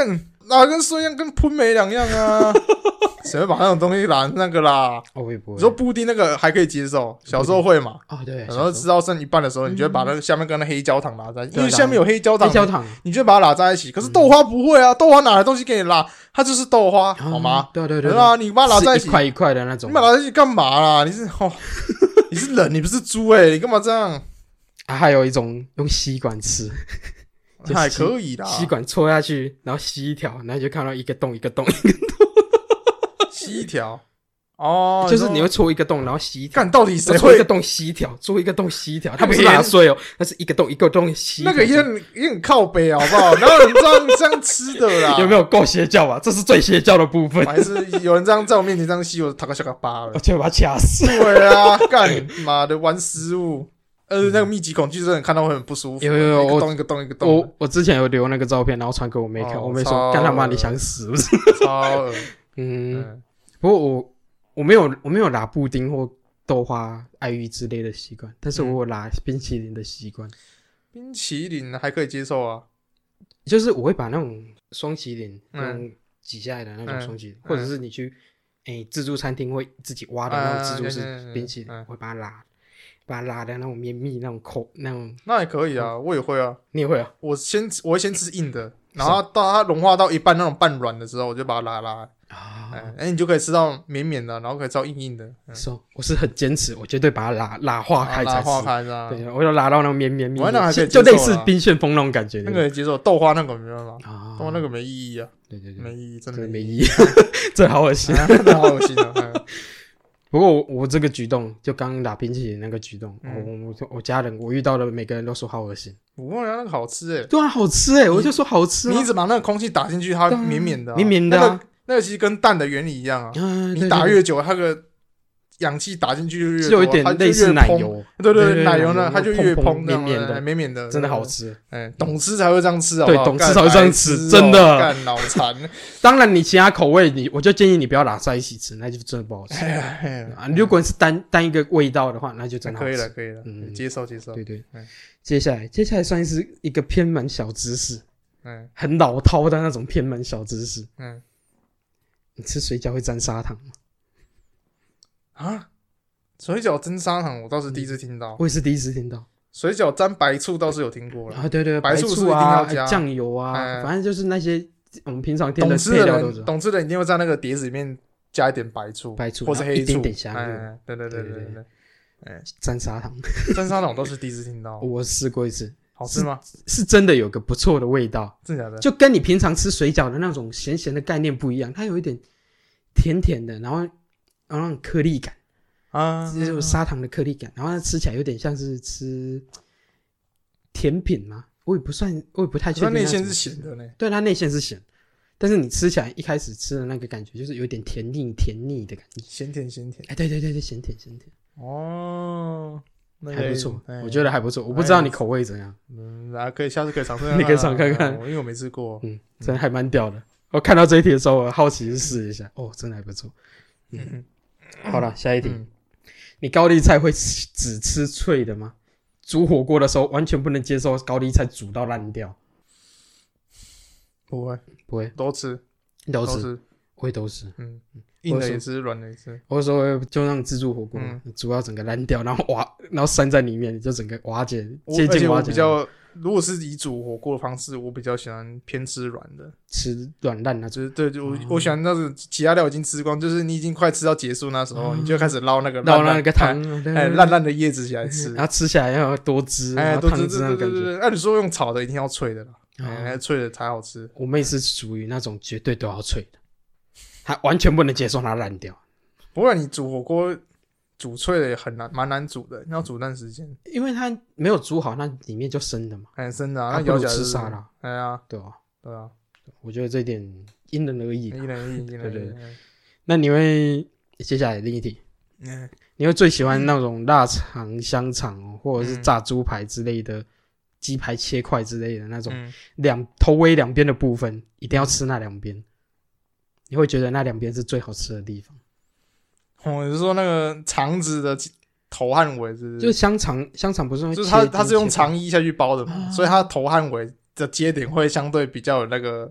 Speaker 2: 哪跟水一样，跟喷没两样啊！谁会把那种东西拿那个啦？
Speaker 1: 哦，我也不会。
Speaker 2: 你说布丁那个还可以接受，小时候会嘛？
Speaker 1: 哦，对，
Speaker 2: 然后吃到剩一半的时候，你就会把那个下面跟那黑焦糖拉在一起，因为
Speaker 1: 对
Speaker 2: 下面有黑焦糖，
Speaker 1: 黑焦糖，
Speaker 2: 你就会把它拉在一起。可是豆花不会啊，豆花哪来东西给你拉？它就是豆花，好吗？
Speaker 1: 对对对，
Speaker 2: 对啊，你把它拉在一起，
Speaker 1: 一块一块的那种。
Speaker 2: 你把它拉在一起干嘛啦？你是哦，你是人，你不是猪哎，你干嘛这样？
Speaker 1: 啊，还有一种用吸管吃。
Speaker 2: 还可以啦，
Speaker 1: 吸管戳下去，然后吸一条，然后就看到一个洞一个洞一个洞，
Speaker 2: 吸一条哦，
Speaker 1: 就是你会戳一个洞，然后吸一条。
Speaker 2: 干到底谁
Speaker 1: 会戳一个洞吸一条，戳一个洞吸一条？它不是打碎哦，那是一个洞一个洞吸。
Speaker 2: 那个也很也很靠北好不好？哪有人这样这样吃的啦？
Speaker 1: 有没有够邪教吧？这是最邪教的部分。
Speaker 2: 还是有人这样在我面前这样吸，我他个小个疤了，
Speaker 1: 我就会把它掐死。
Speaker 2: 对啊，干妈的玩食物。呃，那个密集恐惧症看到会很不舒服，
Speaker 1: 有有有，
Speaker 2: 一个洞一个洞一个洞。
Speaker 1: 我我之前有留那个照片，然后传给我妹看，我妹说：“干他妈你想死不是？”
Speaker 2: 超恶。
Speaker 1: 嗯，不过我我没有我没有拿布丁或豆花、爱玉之类的习惯，但是我有拿冰淇淋的习惯。
Speaker 2: 冰淇淋还可以接受啊，
Speaker 1: 就是我会把那种双淇淋那种挤下来的那种双淇淋，或者是你去诶自助餐厅会自己挖的那种自助式冰淇淋，我会把它拉。把它拉的那种绵密那种口那种，
Speaker 2: 那也可以啊，我也会啊，
Speaker 1: 你也会啊？
Speaker 2: 我先我会先吃硬的，然后到它融化到一半那种半软的时候，我就把它拉拉啊，哎，你就可以吃到绵绵的，然后可以吃到硬硬的。是，
Speaker 1: 我是很坚持，我绝对把它拉拉化开才吃，
Speaker 2: 拉化开啊，
Speaker 1: 对，我要拉到那种绵绵密，
Speaker 2: 就
Speaker 1: 就类似冰旋风那种感觉。
Speaker 2: 那个也接受，豆花那个没办法，豆花那个没意义啊，
Speaker 1: 对对对，
Speaker 2: 没意义，真的
Speaker 1: 没意义，这好恶心，
Speaker 2: 真的好恶心啊。
Speaker 1: 不过 我, 我这个举动，就刚刚打冰淇淋那个举动，嗯、我我家人我遇到的每个人都说好恶心。
Speaker 2: 不会啊，那个好吃哎、欸，
Speaker 1: 对啊，好吃哎、欸，我就说好吃、啊。
Speaker 2: 你一直把那个空气打进去，它绵绵的、啊，
Speaker 1: 绵绵的、啊那
Speaker 2: 個，那个其實跟蛋的原理一样啊。
Speaker 1: 嗯、
Speaker 2: 你打越久，它个氧气打進去就越多，
Speaker 1: 就有一點類似奶油。
Speaker 2: 對對對，奶油呢，它就越蓬
Speaker 1: 绵绵的，
Speaker 2: 绵绵的，
Speaker 1: 真的好吃。
Speaker 2: 哎，懂吃才會這樣吃好
Speaker 1: 不好？對，懂吃才會這樣吃，真的。
Speaker 2: 幹腦殘。
Speaker 1: 當然，你其他口味，你我就建議你不要拿在一起吃，那就真的不好吃。啊，如果是單單一個味道的話，那就真的好吃。
Speaker 2: 可以了，可以了，嗯，接受接受。
Speaker 1: 對對。接下來，接下來算是一個偏門小知識，
Speaker 2: 嗯，
Speaker 1: 很老饕的那種偏門小知識。
Speaker 2: 嗯，
Speaker 1: 你吃水餃會沾砂糖嗎？
Speaker 2: 啊？水饺沾砂糖，我倒是第一次聽到。
Speaker 1: 我也是第一次聽到。
Speaker 2: 水饺沾白醋倒是有聽過了
Speaker 1: 啊，對對，
Speaker 2: 白醋
Speaker 1: 是一定要加醬油啊，反正就是那些我們平常添的配料都是。
Speaker 2: 懂吃的人一定會在那個碟子裡面加一點白醋，
Speaker 1: 白醋
Speaker 2: 或是黑醋，
Speaker 1: 一點點香油。
Speaker 2: 對對對對對。
Speaker 1: 哎，沾砂糖，
Speaker 2: 沾砂糖我倒是第一次聽到。
Speaker 1: 我試過一次，
Speaker 2: 好吃嗎？
Speaker 1: 是真的有個不錯的味道，
Speaker 2: 真的假的？
Speaker 1: 就跟你平常吃水餃的那種鹹鹹的概念不一樣，它有一點甜甜的，然後然後那種顆粒感啊，就是有砂糖的顆粒感，然後它吃起來有點像是吃甜品嘛，我也不算，我也不太確定。
Speaker 2: 它內餡是鹹的呢？
Speaker 1: 對，它內餡是鹹，但是你吃起來一開始吃的那個感覺就是有點甜膩甜膩的感覺，
Speaker 2: 鹹甜鹹甜。
Speaker 1: 哎，對對對對，鹹甜鹹甜。
Speaker 2: 哦，那
Speaker 1: 還不錯，我覺得還不錯。我不知道你口味怎樣。
Speaker 2: 嗯，啊，可以下次可以嘗試看看。
Speaker 1: 你可以嘗看看，
Speaker 2: 因為我沒吃過。
Speaker 1: 嗯，真的還蠻屌的。我看到這一題的時候，我好奇試一下。哦，真的還不錯。嗯，好了，下一題。你高麗菜會只吃脆的嗎？煮火鍋的時候完全不能接受高麗菜煮到爛掉。
Speaker 2: 不會，
Speaker 1: 不會，
Speaker 2: 都吃，
Speaker 1: 都吃，我也都吃。
Speaker 2: 嗯。硬的也吃，軟的也吃。
Speaker 1: 我說就那種自助火鍋，嗯、煮到整個爛掉，然後瓦，然後散在裡面，就整個瓦解，接近瓦解。
Speaker 2: 我比較，如果是以煮火鍋的方式，我比較喜歡偏吃軟的，
Speaker 1: 吃軟爛那
Speaker 2: 就是對，我、嗯、我喜歡那種其他料已經吃光，就是你已經快吃到結束那時候，嗯、你就開始撈那個
Speaker 1: 撈那個湯，
Speaker 2: 哎，爛爛的葉子起來吃，
Speaker 1: 然後吃起來要多汁，
Speaker 2: 哎，
Speaker 1: 多汁那種感覺。
Speaker 2: 按你說用炒的一定要脆的啦，哎、嗯，脆的才好吃。
Speaker 1: 我妹是屬於那種絕對都要脆的，她完全不能接受它爛掉。
Speaker 2: 不過你煮火鍋煮脆的也很難，蠻難煮的，要煮段時間。
Speaker 1: 因為它沒有煮好，那裡面就生的嘛。
Speaker 2: 哎，生的、啊，那咬起來
Speaker 1: 吃沙拉。
Speaker 2: 哎呀，
Speaker 1: 對啊，
Speaker 2: 對啊，
Speaker 1: 我覺得這一點因人而異。
Speaker 2: 因人而異，因人而異。對對對。
Speaker 1: 那你會接下來另一題，嗯，你會最喜歡那種臘腸、香腸、哦、或者是炸豬排之類的，雞排切塊之類的那種，兩、嗯、頭尾兩邊的部分一定要吃那兩邊，你會覺得那兩邊是最好吃的地方。
Speaker 2: 哦，你是說那個腸子的頭和尾是不是？
Speaker 1: 就是香腸，香腸不是會
Speaker 2: 就是它它是用腸衣下去包的嘛，啊、所以它頭和尾的接點會相對比較有那個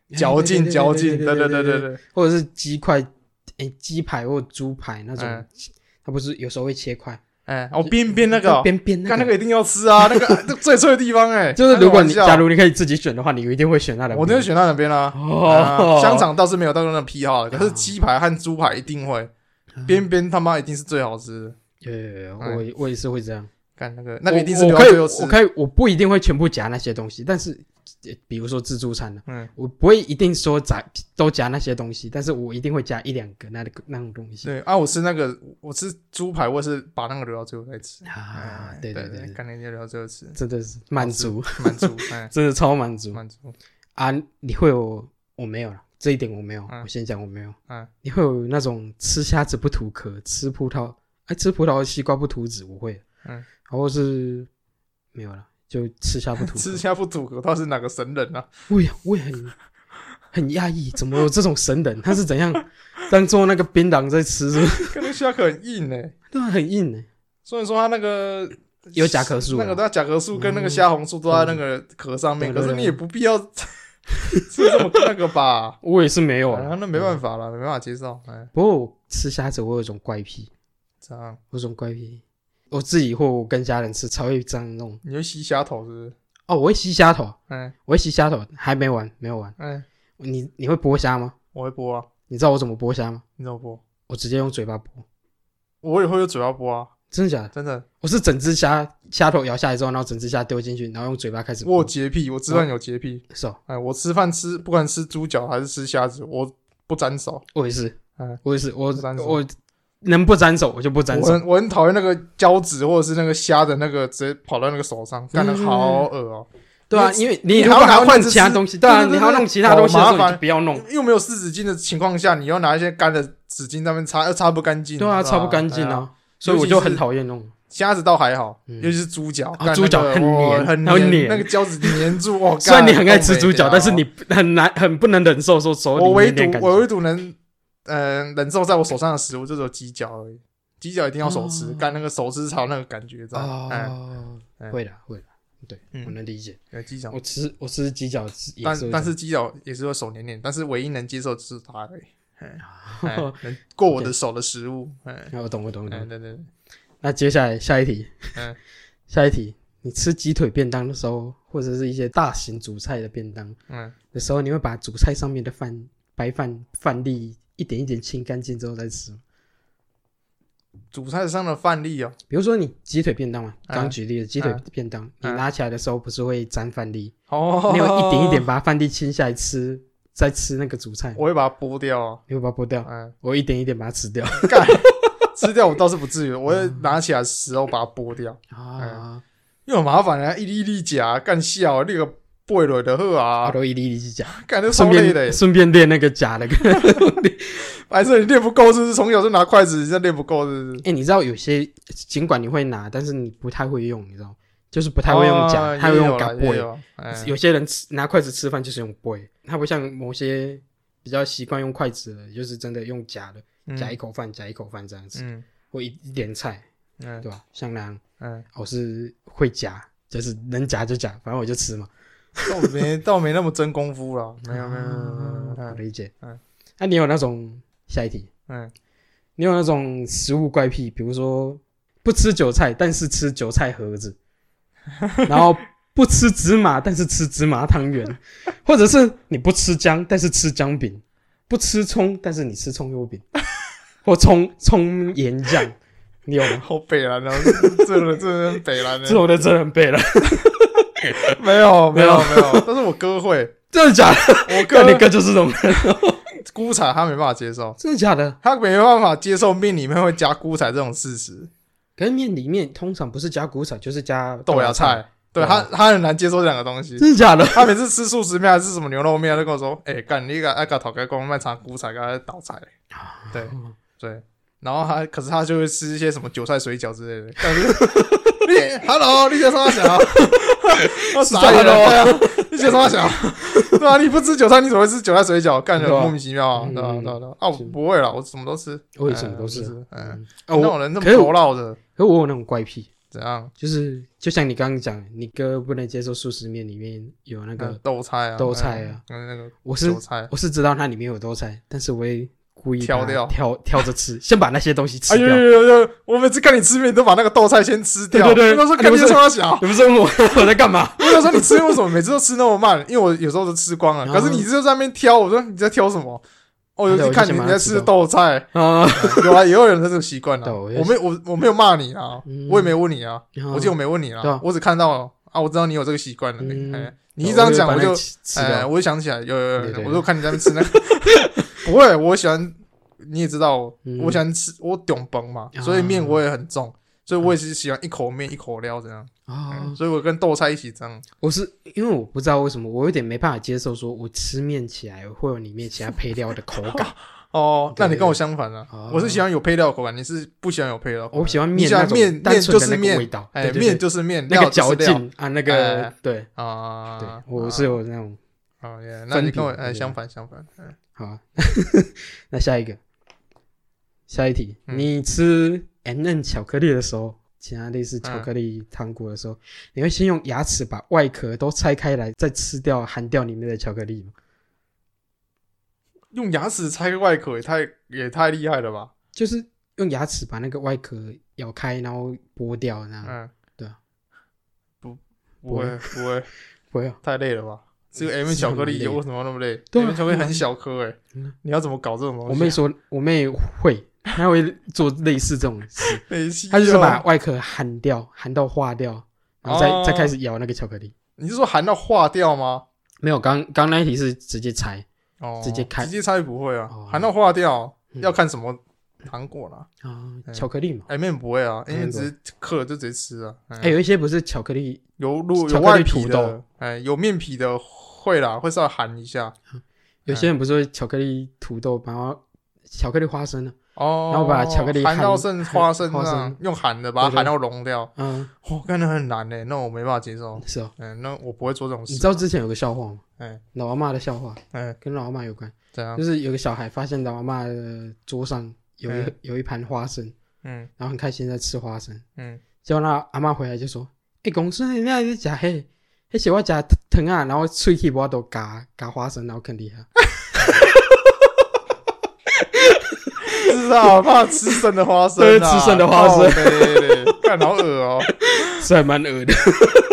Speaker 2: 嚼劲嚼劲，对对对对对，
Speaker 1: 或者是鸡块，哎，鸡排或猪排那种，
Speaker 2: 嗯
Speaker 1: 它不是有时候会切块，
Speaker 2: 哎，哦边边那个、哦，
Speaker 1: 边边那个，
Speaker 2: 看那个一定要吃啊，那个最脆的地方哎、欸，
Speaker 1: 就是如果你假如你可以自己选的话，你一定会选那两边。
Speaker 2: 我一定会选那两边啦。
Speaker 1: 哦、
Speaker 2: 啊，香肠倒是没有到那种癖好的，可是鸡排和猪排一定会，边边他妈一定是最好吃的。
Speaker 1: 有有有，我我也是会这样。
Speaker 2: 干那个那个一定是
Speaker 1: 我
Speaker 2: 留到最后吃。
Speaker 1: 我可以，我不一定会全部夹那些东西，但是比如说自助餐呢、啊，
Speaker 2: 嗯，
Speaker 1: 我不会一定说夹都夹那些东西，但是我一定会夹一两个那个那种东西。
Speaker 2: 对啊，我吃那个我吃猪排，我是把那个留到最后再吃
Speaker 1: 啊。嗯、对对对，
Speaker 2: 干那些留到最后吃，
Speaker 1: 真的是满足
Speaker 2: 满足，
Speaker 1: 真的超满足
Speaker 2: 满足
Speaker 1: 啊！你会有我没有了。这一点我没有，嗯、我先讲我没有。
Speaker 2: 嗯，
Speaker 1: 你会有那种吃虾子不吐壳，吃葡萄哎吃葡萄西瓜不吐籽，我会。嗯，然后是没有了，就吃虾不吐壳。
Speaker 2: 吃虾不吐壳，他是哪个神人啊？
Speaker 1: 我也我也很很讶异，怎么有这种神人？他是怎样当做那个槟榔在吃是不是？
Speaker 2: 跟那个虾壳很硬哎、欸，
Speaker 1: 对啊，很硬哎、欸。
Speaker 2: 所以说他那个
Speaker 1: 有甲壳素、啊，
Speaker 2: 那个他甲壳素跟那个虾红素都在那个壳上面，嗯、可是你也不必要。是这么那个吧？
Speaker 1: 我也是没有啊，
Speaker 2: 啊那没办法了，嗯、没办法接受。哎，
Speaker 1: 不过我吃虾子，我有一种怪癖，
Speaker 2: 这样，
Speaker 1: 我有种怪癖，我自己或我跟家人吃才会这样弄。
Speaker 2: 你会吸虾头是不是？
Speaker 1: 哦，我会吸虾头，
Speaker 2: 嗯，
Speaker 1: 我会吸虾头，还没完，没有完。
Speaker 2: 嗯，
Speaker 1: 你你会剥虾吗？
Speaker 2: 我会剥啊。
Speaker 1: 你知道我怎么剥虾吗？
Speaker 2: 你怎么剥？
Speaker 1: 我直接用嘴巴剥。
Speaker 2: 我也会用嘴巴剥啊。
Speaker 1: 真的假的？
Speaker 2: 真的，
Speaker 1: 我是整只虾虾头咬下来之后，然后整只虾丢进去，然后用嘴巴开始剥。
Speaker 2: 我有洁癖，我吃饭有洁癖。
Speaker 1: 是哦，
Speaker 2: 哎，我吃饭吃，不管吃猪脚还是吃虾子，我不沾手。
Speaker 1: 我也是，
Speaker 2: 哎，
Speaker 1: 我也是，我我能不沾手我就不沾手。
Speaker 2: 我很我很讨厌那个胶质或者是那个虾的那个直接跑到那个手上，干得好恶哦、喔。
Speaker 1: 对啊，因为你如果还要弄其他东西，对啊，你还要弄其他东西的时候，你就不要弄。
Speaker 2: 又没有湿纸巾的情况下，你要拿一些干的纸巾在那边擦，又擦不干净。
Speaker 1: 对啊，擦不干净啊，所以我就很讨厌弄。
Speaker 2: 虾子倒还好，嗯、尤其是猪脚，
Speaker 1: 哦、猪脚很黏，
Speaker 2: 很
Speaker 1: 黏，
Speaker 2: 那个胶质黏住。哦，
Speaker 1: 虽然你很爱吃猪脚，但是你很难、很不能忍受说手里
Speaker 2: 我唯独
Speaker 1: 面
Speaker 2: 我唯独能，呃，忍受在我手上的食物就只有鸡脚而已。鸡脚一定要手吃，干、哦、那个手吃才有那个感觉，知道吗？
Speaker 1: 哦，嗯、会的，会的，对，嗯、我能理解。
Speaker 2: 对，鸡脚，
Speaker 1: 我吃我吃鸡脚也
Speaker 2: 但但是鸡脚也是会手黏黏，但是唯一能接受就是它而已。哎，能过我的手的食物，哎，
Speaker 1: 我懂，我懂，我懂。
Speaker 2: 对对对。
Speaker 1: 那接下来下一题，
Speaker 2: 嗯，
Speaker 1: 下一题，你吃鸡腿便当的时候，或者是一些大型主菜的便当，嗯，的时候，你会把主菜上面的饭白饭饭粒一点一点清干净之后再吃吗？
Speaker 2: 主菜上的饭粒哦，
Speaker 1: 比如说你鸡腿便当嘛，刚、嗯、举例的鸡腿便当，嗯、你拿起来的时候不是会沾饭粒？哦，你有一点一点把饭粒清下来吃，再吃那个主菜。
Speaker 2: 我会把它剥掉啊，
Speaker 1: 你会把它剥掉？嗯，我一点一点把它吃掉。
Speaker 2: 干。吃掉我倒是不至于，我会拿起来的时候把它剥掉啊、嗯，因为很麻烦啊，一粒一粒夹，干笑那个背落的好啊，
Speaker 1: 我都一粒一粒夹，
Speaker 2: 干那超累的，
Speaker 1: 顺便练那个夹那个，
Speaker 2: 还是你练不够，是不是？从小就拿筷子，现在练不够，是不是？
Speaker 1: 哎、欸，你知道有些尽管你会拿，但是你不太会用，你知道，就是不太会用夹，他、哦、会用夹背。有, 有, 有些人吃拿筷子吃饭就是用背，他不像某些比较习惯用筷子的，就是真的用夹的。夹一口饭，夹一口饭这样子，嗯、或一一点菜，嗯、对吧？像那样，嗯、我是会夹，就是能夹就夹，反正我就吃嘛。
Speaker 2: 倒没倒没那么真功夫了，没有没有没有，
Speaker 1: 我理解。嗯，那、啊、你有那种下一题？嗯，你有那种食物怪癖，比如说不吃韭菜，但是吃韭菜盒子，然后不吃芝麻，但是吃芝麻汤圆，或者是你不吃姜，但是吃姜饼。不吃葱，但是你吃葱油饼，或葱葱盐酱，你有吗？
Speaker 2: 好北蓝啊！这种的真的很北蓝的，
Speaker 1: 这种的真的很北蓝。
Speaker 2: 没有没有没有，但是我哥会，
Speaker 1: 真的假的？
Speaker 2: 我哥
Speaker 1: 你哥就是这种人，
Speaker 2: 菇彩他没办法接受，
Speaker 1: 真的假的？
Speaker 2: 他没办法接受面里面会加菇彩这种事实。
Speaker 1: 可是面里面通常不是加菇彩，就是加
Speaker 2: 豆芽菜。对他，他很难接受这两个东西，
Speaker 1: 真的假的？
Speaker 2: 他每次吃素食面还是什么牛肉面，他就跟我说：“哎、欸，干你个爱搞讨该光卖场菇菜，给他倒菜。”对对，然后他，可是他就会吃一些什么韭菜水饺之类的。但是你 ，Hello， 你在说啥？我傻了，对啊，你在说啥？对啊，你不吃韭菜，你怎么会吃韭菜水饺？干得莫名其妙啊！对吧？对吧？啊，我不会啦，我什么都吃，
Speaker 1: 我也什么都吃。
Speaker 2: 嗯，那种人那么头烙的，
Speaker 1: 可是我有那种怪癖。
Speaker 2: 怎样？
Speaker 1: 就是就像你刚刚讲，你哥不能接受素食面里面有那个、
Speaker 2: 嗯、豆菜啊，
Speaker 1: 豆菜啊，
Speaker 2: 跟、嗯、那个
Speaker 1: 我是
Speaker 2: 韭菜，
Speaker 1: 我是知道它里面有豆菜，但是我会故意
Speaker 2: 挑掉
Speaker 1: 挑挑着吃，先把那些东西吃掉。
Speaker 2: 哎呦呦呦！我每次看你吃面都把那个豆菜先吃掉。
Speaker 1: 对对对，
Speaker 2: 我说看你超小，
Speaker 1: 你不是问我我在干嘛？
Speaker 2: 我想说你吃为什么每次都吃那么慢？因为我有时候都吃光了，可是你就在那边挑，我说你在挑什么？哦，尤其看你在吃豆菜啊，有啊，也有人这种习惯了。我没我我没有骂你啊，我也没问你啊，我记得我没问你啊，我只看到啊，我知道你有这个习惯了。你一这样讲，我就哎，我就想起来，有有有，我就看你在那边吃那个。不会，我喜欢，你也知道，我喜欢吃，我懂崩嘛，所以面我也很重，所以我也是喜欢一口面一口料这样。哦，所以我跟豆菜一起这样。
Speaker 1: 我是因为我不知道为什么，我有点没办法接受，说我吃面起来会有里面其他配料的口感。
Speaker 2: 哦，那你跟我相反啊，我是喜欢有配料的口感，你是不喜欢有配料。
Speaker 1: 我喜欢面，
Speaker 2: 喜欢面面就是面
Speaker 1: 味道，
Speaker 2: 哎，面就是面，
Speaker 1: 那个嚼劲啊，那个对
Speaker 2: 啊，
Speaker 1: 对，我是有那种。
Speaker 2: 哦耶，那你跟我哎相反相反。
Speaker 1: 好，那下一个，下一题，你吃 M and M 巧克力的时候，其他类似巧克力糖果的时候，你会先用牙齿把外壳都拆开来，再吃掉含掉里面的巧克力吗？
Speaker 2: 用牙齿拆外壳也太也太厉害了吧！
Speaker 1: 就是用牙齿把那个外壳咬开，然后剥掉，那样。嗯，对啊，
Speaker 2: 不不会不会
Speaker 1: 不会啊，
Speaker 2: 太累了吧？这个 M and M 巧克力为什么那么累？对 ，M and M 巧克力很小颗哎，你要怎么搞这种东西？
Speaker 1: 我妹说，我妹会，她会做类似这种事，
Speaker 2: 没戏。
Speaker 1: 她就是把外壳含掉，含到化掉，然后再、哦、再开始咬那个巧克力。
Speaker 2: 你是说含到化掉吗？
Speaker 1: 没有，刚刚那一题是直接拆。
Speaker 2: 哦，
Speaker 1: 直接开，
Speaker 2: 直接拆不会啊，哦、含到化掉、嗯、要看什么糖果啦。
Speaker 1: 啊、哦，巧克力嘛
Speaker 2: ，M and M 不会啊，因为直接嗑了就直接吃啊。
Speaker 1: 哎、欸，有一些不是巧克力，
Speaker 2: 有路有外皮的，哎，有面皮的会啦，会稍微含一下。
Speaker 1: 有些人不是会巧克力土豆，然后巧克力花生呢、
Speaker 2: 啊，哦，
Speaker 1: 然后把巧克力
Speaker 2: 含到剩花生上，用含的把它含到融掉。嗯，哦，感觉很难嘞，那我没办法接受。
Speaker 1: 是哦，
Speaker 2: 嗯，那我不会做这种事。
Speaker 1: 你知道之前有个笑话吗？
Speaker 2: 哎，
Speaker 1: 老阿嬷的笑话，
Speaker 2: 哎，
Speaker 1: 跟老阿嬷有关。
Speaker 2: 怎样？
Speaker 1: 就是有个小孩发现老阿嬷的桌上有一、嗯、有一盘花生，嗯，然后很开心在吃花生，嗯，结果那阿嬷回来就说：“哎、欸，公孙，你在吃黑，那是我吃糖啊，然后喙齿我都夹夹花生，然后啃底下。”
Speaker 2: 是啊，怕吃剩的花生、啊，
Speaker 1: 对，吃剩的花生，
Speaker 2: 对对对，看好恶哦、喔，
Speaker 1: 是还蛮恶的。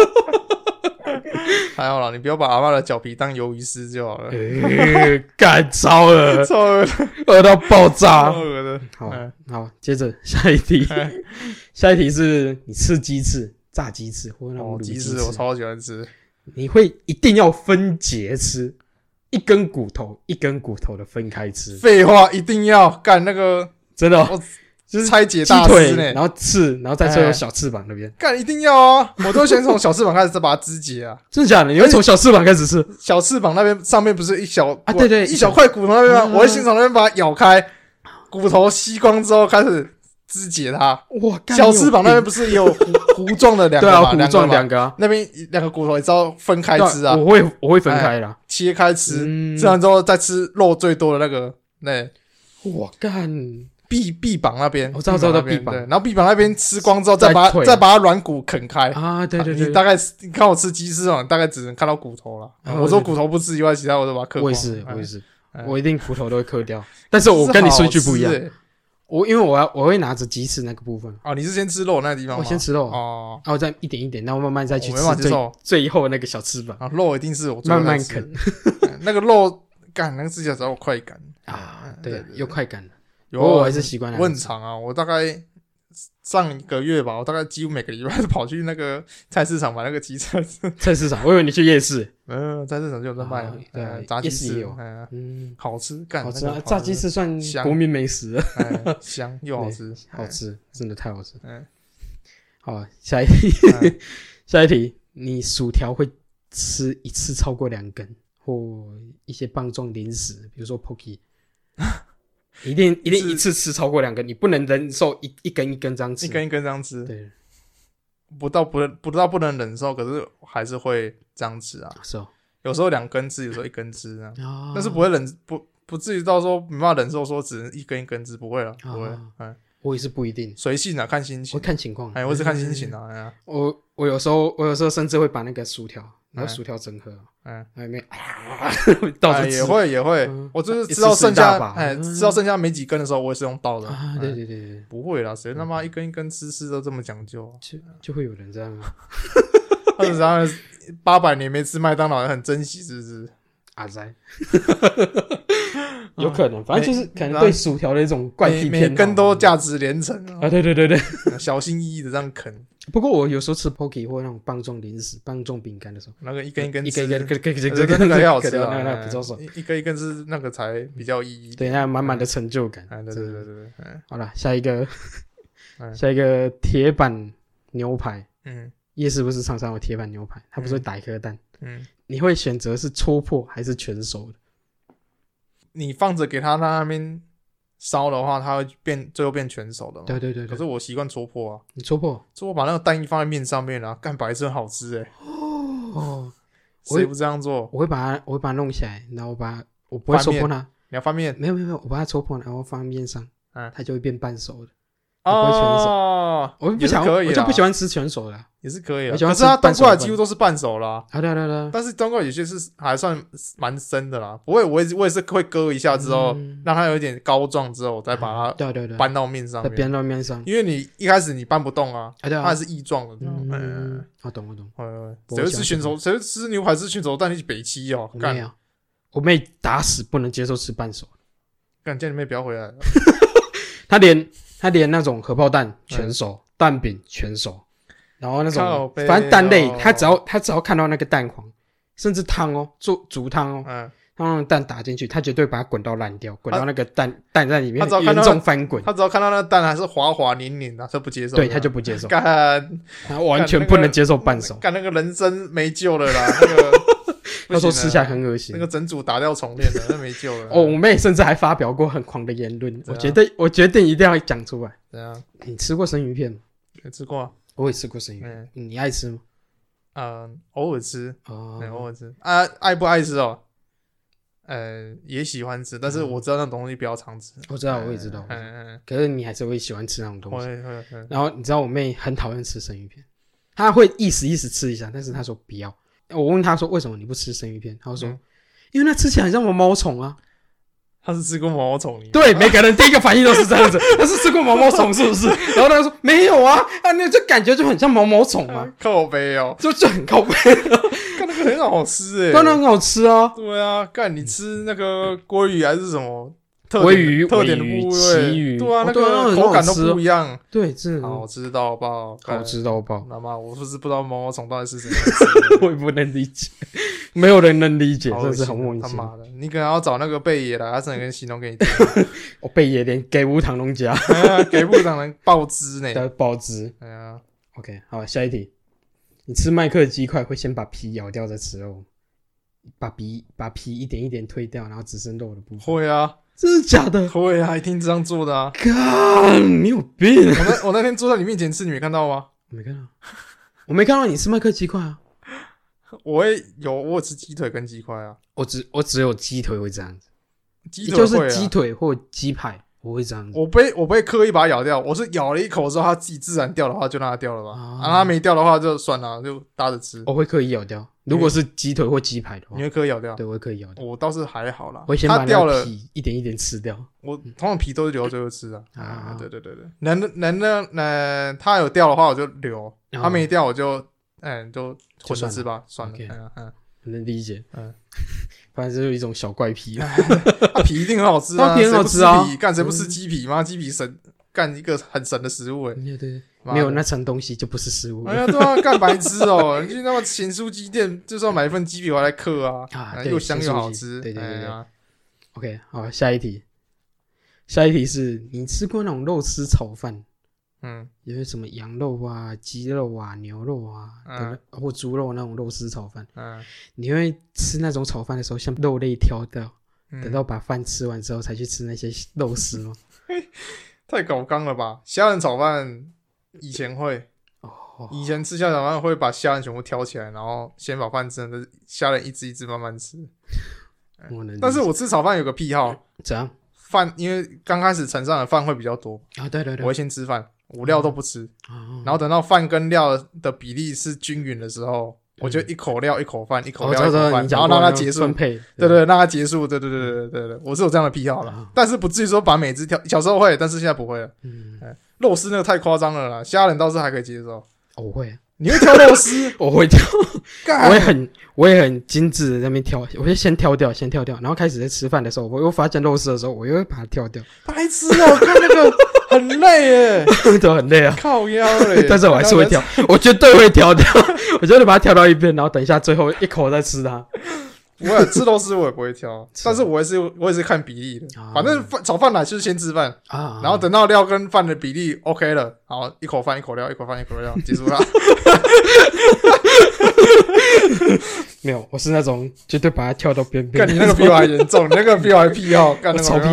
Speaker 2: 还好啦，你不要把阿嬷的脚皮当鱿鱼丝就好了。
Speaker 1: 干、欸、超恶，
Speaker 2: 超恶，
Speaker 1: 恶到爆炸，
Speaker 2: 超恶的。
Speaker 1: 好，欸、好，接着下一题，欸、下一题是你吃鸡翅、炸鸡翅或那种卤鸡翅、
Speaker 2: 哦，鸡翅我超喜欢吃。
Speaker 1: 你会一定要分节吃，一根骨头一根骨头的分开吃。
Speaker 2: 废话，一定要干那个，
Speaker 1: 真的、哦。
Speaker 2: 就是拆解大师呢，
Speaker 1: 然后翅，然后再最后小翅膀那边，
Speaker 2: 干、欸、一定要啊！我都先从小翅膀开始，再把它肢解啊！
Speaker 1: 真的假的？你会从小翅膀开始吃？
Speaker 2: 小翅膀那边上面不是一小
Speaker 1: 啊？对对，
Speaker 2: 一小块骨头那边吗？嗯、我会先从那边把它咬开，骨头吸光之后开始肢解它。
Speaker 1: 哇！
Speaker 2: 小翅膀那边不是也有糊糊状的两个吗？
Speaker 1: 对啊，糊状两个、啊，
Speaker 2: 那边两个骨头也知道分开吃啊。
Speaker 1: 我会我会分开啦、
Speaker 2: 欸，切开吃，嗯、吃完之后再吃肉最多的那个那。
Speaker 1: 哇干！
Speaker 2: 臂臂膀那边，
Speaker 1: 我知道知道臂膀，
Speaker 2: 然后臂膀那边吃光之后，再把再把它软骨啃开
Speaker 1: 啊！对对对，
Speaker 2: 你大概你看我吃鸡翅嘛，大概只能看到骨头了。啊、我说骨头不吃以外，其他我都把它嗑光。
Speaker 1: 我也是，我也是，哎、我一定骨头都会嗑掉。但是我跟你顺序不一样，我因为我要我会拿着鸡翅那个部分。
Speaker 2: 哦，你是先吃肉那个地方吗？
Speaker 1: 我先吃肉
Speaker 2: 哦，
Speaker 1: 然后再一点一点，然后慢慢再去吃最最后那个小翅膀。
Speaker 2: 啊，肉一定是我
Speaker 1: 慢慢啃，
Speaker 2: 那个肉干那个指甲只要有快感
Speaker 1: 啊，对，有快感。
Speaker 2: 有
Speaker 1: 我还是习惯。
Speaker 2: 我很长啊，我大概上一个月吧，我大概几乎每个礼拜都跑去那个菜市场买那个鸡翅。
Speaker 1: 菜市场，我以为你去夜市。
Speaker 2: 嗯、呃，菜市场就有在卖、啊哦，对、呃，炸鸡翅也有，嗯，好吃，干
Speaker 1: 好吃啊！炸鸡翅算国民美食了，
Speaker 2: 哎、香又好吃，
Speaker 1: 好吃，真的太好吃。嗯，好，下一题，下一题，你薯条会吃一次超过两根，或一些棒状零食，比如说 Pocky。一定一定一次吃超过两根，你不能忍受一一根一根这样吃，
Speaker 2: 一根一根这样吃。
Speaker 1: 对，
Speaker 2: 不到不能不到不能忍受，可是还是会这样吃啊。
Speaker 1: 是哦，
Speaker 2: 有时候两根吃，有时候一根吃这样，哦、但是不会忍不不至于到说没办法忍受，说只能一根一根吃，不会了，不会。哦、
Speaker 1: 我也是不一定，
Speaker 2: 随性啊，看心情。
Speaker 1: 我看情况。
Speaker 2: 哎，我是看心情啊。哎呀，
Speaker 1: 我我有时候我有时候甚至会把那个薯条，然后薯条整盒，
Speaker 2: 嗯，
Speaker 1: 还没啊，倒着吃。
Speaker 2: 也会也会，我就是吃到剩下，哎，吃到剩下没几根的时候，我也是用倒的。
Speaker 1: 啊，对对对对，
Speaker 2: 不会啦，谁他妈一根一根吃吃都这么讲究？
Speaker 1: 就就会有人这样啊。
Speaker 2: 或者然后八百年没吃麦当劳，很珍惜，是不是？
Speaker 1: 阿仔。有可能，反正就是可能对薯条的一种怪癖偏好，
Speaker 2: 每根都价值连城
Speaker 1: 啊！对对对对，
Speaker 2: 小心翼翼的这样啃。
Speaker 1: 不过我有时候吃 Pocky 或那种棒状零食、棒状饼干的时候，
Speaker 2: 那个一根一根
Speaker 1: 一根一根，
Speaker 2: 这
Speaker 1: 个
Speaker 2: 那个也好吃啊，
Speaker 1: 那个比较爽。
Speaker 2: 一根一根是那个才比较意义，
Speaker 1: 对，那满满的成就感。
Speaker 2: 对对对对对。
Speaker 1: 好了，下一个，下一个铁板牛排。嗯，夜市不是常常有铁板牛排，它不是会打一颗蛋？嗯，你会选择是戳破还是全熟的？
Speaker 2: 你放着给它在那边烧的话，它会变，最后变全熟的嘛。
Speaker 1: 对对 对,
Speaker 2: 对。可是我习惯戳破啊。
Speaker 1: 你戳破？
Speaker 2: 戳破把那个蛋液放在面上面啊，干白色很好吃哎、欸。哦。谁不这样做？
Speaker 1: 我会把它，我会把它弄起来，然后我把它，我不会戳破它。
Speaker 2: 你要翻面？
Speaker 1: 没有没有没有，我把它戳破，然后放在面上，嗯，它就会变半熟的。
Speaker 2: 哦。
Speaker 1: 不会全熟。我不想，我就不喜欢吃全熟的。
Speaker 2: 也是可以啊，
Speaker 1: 可
Speaker 2: 是它端过来几乎都是半熟啦。
Speaker 1: 啊对对对。
Speaker 2: 但是端过来有些是还算蛮生的啦，不会，我也我也是会割一下之后，嗯、让它有一点膏状之后，我再把它
Speaker 1: 对对对
Speaker 2: 搬到面上面，
Speaker 1: 再搬到面上。
Speaker 2: 因为你一开始你搬不动啊，
Speaker 1: 啊对啊，
Speaker 2: 它还是液状的。
Speaker 1: 嗯，我懂我懂。
Speaker 2: 谁会吃全熟？谁会吃牛排吃全熟蛋？你去北七哦？
Speaker 1: 没有，我妹打死不能接受吃半熟的。
Speaker 2: 干，叫你妹不要回来了。
Speaker 1: 她连她连那种荷包蛋全熟，蛋饼全熟。然后那种反正蛋类，他只要他只要看到那个蛋黄，甚至汤哦，做煮汤哦，嗯，他让蛋打进去，他绝对把它滚到烂掉，滚到那个蛋蛋在里面严重翻滚。
Speaker 2: 他只要看到那个蛋还是滑滑黏黏的，他不接受。
Speaker 1: 对，他就不接受。
Speaker 2: 干，
Speaker 1: 他完全不能接受半熟。
Speaker 2: 干那个人生没救了啦，那个
Speaker 1: 他说吃起来很恶心，
Speaker 2: 那个整组打掉重练的，那没救了。
Speaker 1: 哦，我妹甚至还发表过很狂的言论，我觉得我决定一定要讲出来。
Speaker 2: 怎样？
Speaker 1: 你吃过生鱼片吗？
Speaker 2: 没吃过啊。
Speaker 1: 我也吃过生鱼片，你爱吃吗？
Speaker 2: 嗯，偶尔吃，哦，偶尔吃。啊，爱不爱吃哦？呃，也喜欢吃，但是我知道那种东西比较常吃。
Speaker 1: 我知道，我也知道。嗯嗯。可是你还是会喜欢吃那种东西。
Speaker 2: 会会会。
Speaker 1: 然后你知道我妹很讨厌吃生鱼片，她会意思意思吃一下，但是她说不要。我问她说为什么你不吃生鱼片？她说因为那吃起来很像毛毛虫啊。
Speaker 2: 他是吃过毛毛虫，
Speaker 1: 对，每个人第一个反应都是这样子。他是吃过毛毛虫是不是？然后他说没有啊，啊，那就感觉就很像毛毛虫啊，
Speaker 2: 靠北哦，
Speaker 1: 就就很靠北。
Speaker 2: 干那个很好吃哎，
Speaker 1: 当然很好吃啊。
Speaker 2: 对啊，干你吃那个鲑鱼还是什么？
Speaker 1: 鲑鱼、
Speaker 2: 特点的部位，
Speaker 1: 旗鱼，
Speaker 2: 对啊，那个口感都不一样。
Speaker 1: 对，真的
Speaker 2: 好吃到爆，
Speaker 1: 好吃到爆。
Speaker 2: 他妈，我不是不知道毛毛虫到底是什么，
Speaker 1: 我也不能理解，没有人能理解，真是很莫名其妙。
Speaker 2: 他妈的，你可能要找那个贝爷来，他才能形容给你听。
Speaker 1: 我贝爷连给无糖龙夹，
Speaker 2: 给无糖能爆汁呢，
Speaker 1: 爆汁。
Speaker 2: 哎呀
Speaker 1: ，OK， 好，下一题，你吃麦克鸡块会先把皮咬掉再吃肉，把皮把皮一点一点退掉，然后只剩肉的部分。
Speaker 2: 会啊。
Speaker 1: 真的假的？
Speaker 2: 会啊，一定这样做的啊！
Speaker 1: 干，你有病！
Speaker 2: 我那我那天坐在你面前吃，你没看到吗？
Speaker 1: 我没看到，我没看到你吃麦克鸡块啊！
Speaker 2: 我会有，我有吃鸡腿跟鸡块啊。
Speaker 1: 我只我只有鸡腿会这样子，
Speaker 2: 鸡腿会、啊、
Speaker 1: 就是鸡腿或鸡排，我会这样子。
Speaker 2: 我不会，我不会刻意把它咬掉，我是咬了一口之后，它自己自然掉的话，就让它掉了吧。啊，啊它没掉的话就算了，就搭着吃。
Speaker 1: 我会刻意咬掉。如果是鸡腿或鸡排的话，
Speaker 2: 你会刻意咬掉？
Speaker 1: 对，我会刻意咬掉。
Speaker 2: 我倒是还好啦，
Speaker 1: 我先把那个皮一点一点吃掉。
Speaker 2: 我通常皮都是留到最后吃啊。啊，对对对对，能能能能，它有掉的话我就留，它、哦、没掉我就嗯就混着吃吧，算了。
Speaker 1: Okay.
Speaker 2: 嗯嗯，
Speaker 1: 能理解。嗯，反正就是一种小怪癖。
Speaker 2: 它皮一定很好吃啊，
Speaker 1: 皮很好吃啊！
Speaker 2: 干谁不吃鸡皮吗？鸡皮神干一个很神的食物哎、欸。
Speaker 1: 对对。没有那层东西就不是食物。
Speaker 2: 哎呀，对啊，干白痴哦！你去那么咸酥鸡店，就是要买一份鸡皮回来嗑啊，啊又香又好吃。
Speaker 1: 对对对对、哎、OK， 好，下一题。下一题是你吃过那种肉丝炒饭？嗯，有什么羊肉啊、鸡肉啊、牛肉啊，嗯、或猪肉那种肉丝炒饭？嗯，你会吃那种炒饭的时候，像肉类挑掉，嗯、等到把饭吃完之后才去吃那些肉丝吗？
Speaker 2: 太搞纲了吧！虾仁炒饭。以前会，以前吃虾仁炒饭会把虾仁全部挑起来，然后先把饭吃了，虾仁一只一只慢慢吃。但是我吃炒饭有个癖好，
Speaker 1: 怎样？
Speaker 2: 饭，因为刚开始盛上的饭会比较多
Speaker 1: 啊，对对对，
Speaker 2: 我会先吃饭，我料都不吃，
Speaker 1: 嗯、
Speaker 2: 然后等到饭跟料的比例是均匀的时候，我就一口料一口饭，一口料一口饭，然后让它结束，
Speaker 1: 分配，
Speaker 2: 对 对, 对，让它结束，对对对对对对，我是有这样的癖好了，但是不至于说把每只挑，小时候会，但是现在不会了。嗯，肉丝那个太夸张了啦，虾仁倒是还可以接受。
Speaker 1: 我会，
Speaker 2: 你会挑肉丝？
Speaker 1: 我会挑，我也很我也很精致的在那边挑，我会先挑掉，先挑掉，然后开始在吃饭的时候，我又发现肉丝的时候，我又会把它挑掉。
Speaker 2: 白痴哦，看那个很累耶，
Speaker 1: 都很累啊，
Speaker 2: 靠腰嘞。
Speaker 1: 但是我还是会挑，我绝对会挑掉，我绝对把它挑到一边，然后等一下最后一口再吃它。
Speaker 2: 我也吃肉丝我也不会挑，但是我也是我也是看比例的，啊、反正饭炒饭来就是先吃饭啊，然后等到料跟饭的比例 OK 了，好一口饭一口料，一口饭一口料，结束了。
Speaker 1: 没有，我是那种绝对把它挑到边边。
Speaker 2: 干你那个比我还严重，你那个比我还癖好，干那个
Speaker 1: 超癖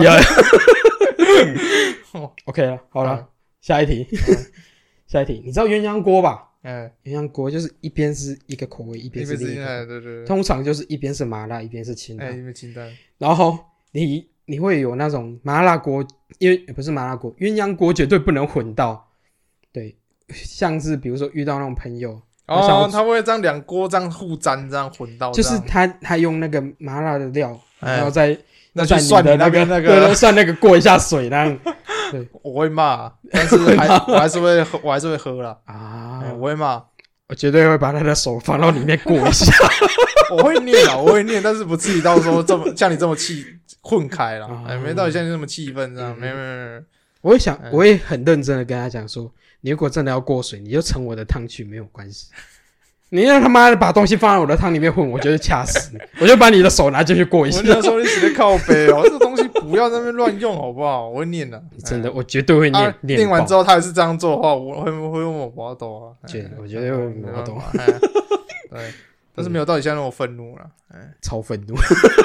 Speaker 1: 好。OK 了，好了，嗯、下一题，嗯、下一题，你知道鸳鸯锅吧？
Speaker 2: 哎，
Speaker 1: 鸳鸯锅就是一边是一个口味，一边是另一个口味，
Speaker 2: 对对对，
Speaker 1: 通常就是一边是麻辣，一边是清淡，
Speaker 2: 哎，一边清淡。
Speaker 1: 然后你你会有那种麻辣锅，因为不是麻辣锅，鸳鸯锅绝对不能混到，对，像是比如说遇到那种朋友，
Speaker 2: 哦，他会这样两锅这样互沾，这样混到，
Speaker 1: 就是他他用那个麻辣的料，
Speaker 2: 哎、
Speaker 1: 然后再
Speaker 2: 那去涮你那个那个，
Speaker 1: 对，涮那个过一下水那样。对，
Speaker 2: 我会骂，但是还我还是会喝，我还是会喝啦啊、欸！我会骂，
Speaker 1: 我绝对会把他的手放到里面过一下。
Speaker 2: 我会念啊，我会念，但是不至于到说这么像你这么气混开啦，哎、啊欸，没到你像你这么气愤这样，嗯、没没没。
Speaker 1: 我会想，我会很认真的跟他讲说，你如果真的要过水，你就盛我的汤去，没有关系。你要他妈的把东西放在我的汤里面混，我觉得掐死你！我就把你的手拿进去过一下。
Speaker 2: 我那时候你写的靠背哦，这东西不要在那边乱用好不好？我会念的、啊，
Speaker 1: 真的，我绝对会念。
Speaker 2: 啊、念, 念完之后，他也是这样做的话，我会会用我毛豆啊，
Speaker 1: 我觉得会毛豆。
Speaker 2: 对，但是没有到底现在那么愤怒了，
Speaker 1: 超愤怒。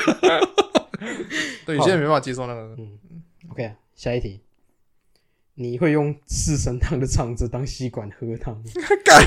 Speaker 2: 对，有些人没办法接受那个。
Speaker 1: 嗯 ，OK， 下一题，你会用四神汤的肠子当吸管喝汤？
Speaker 2: 干。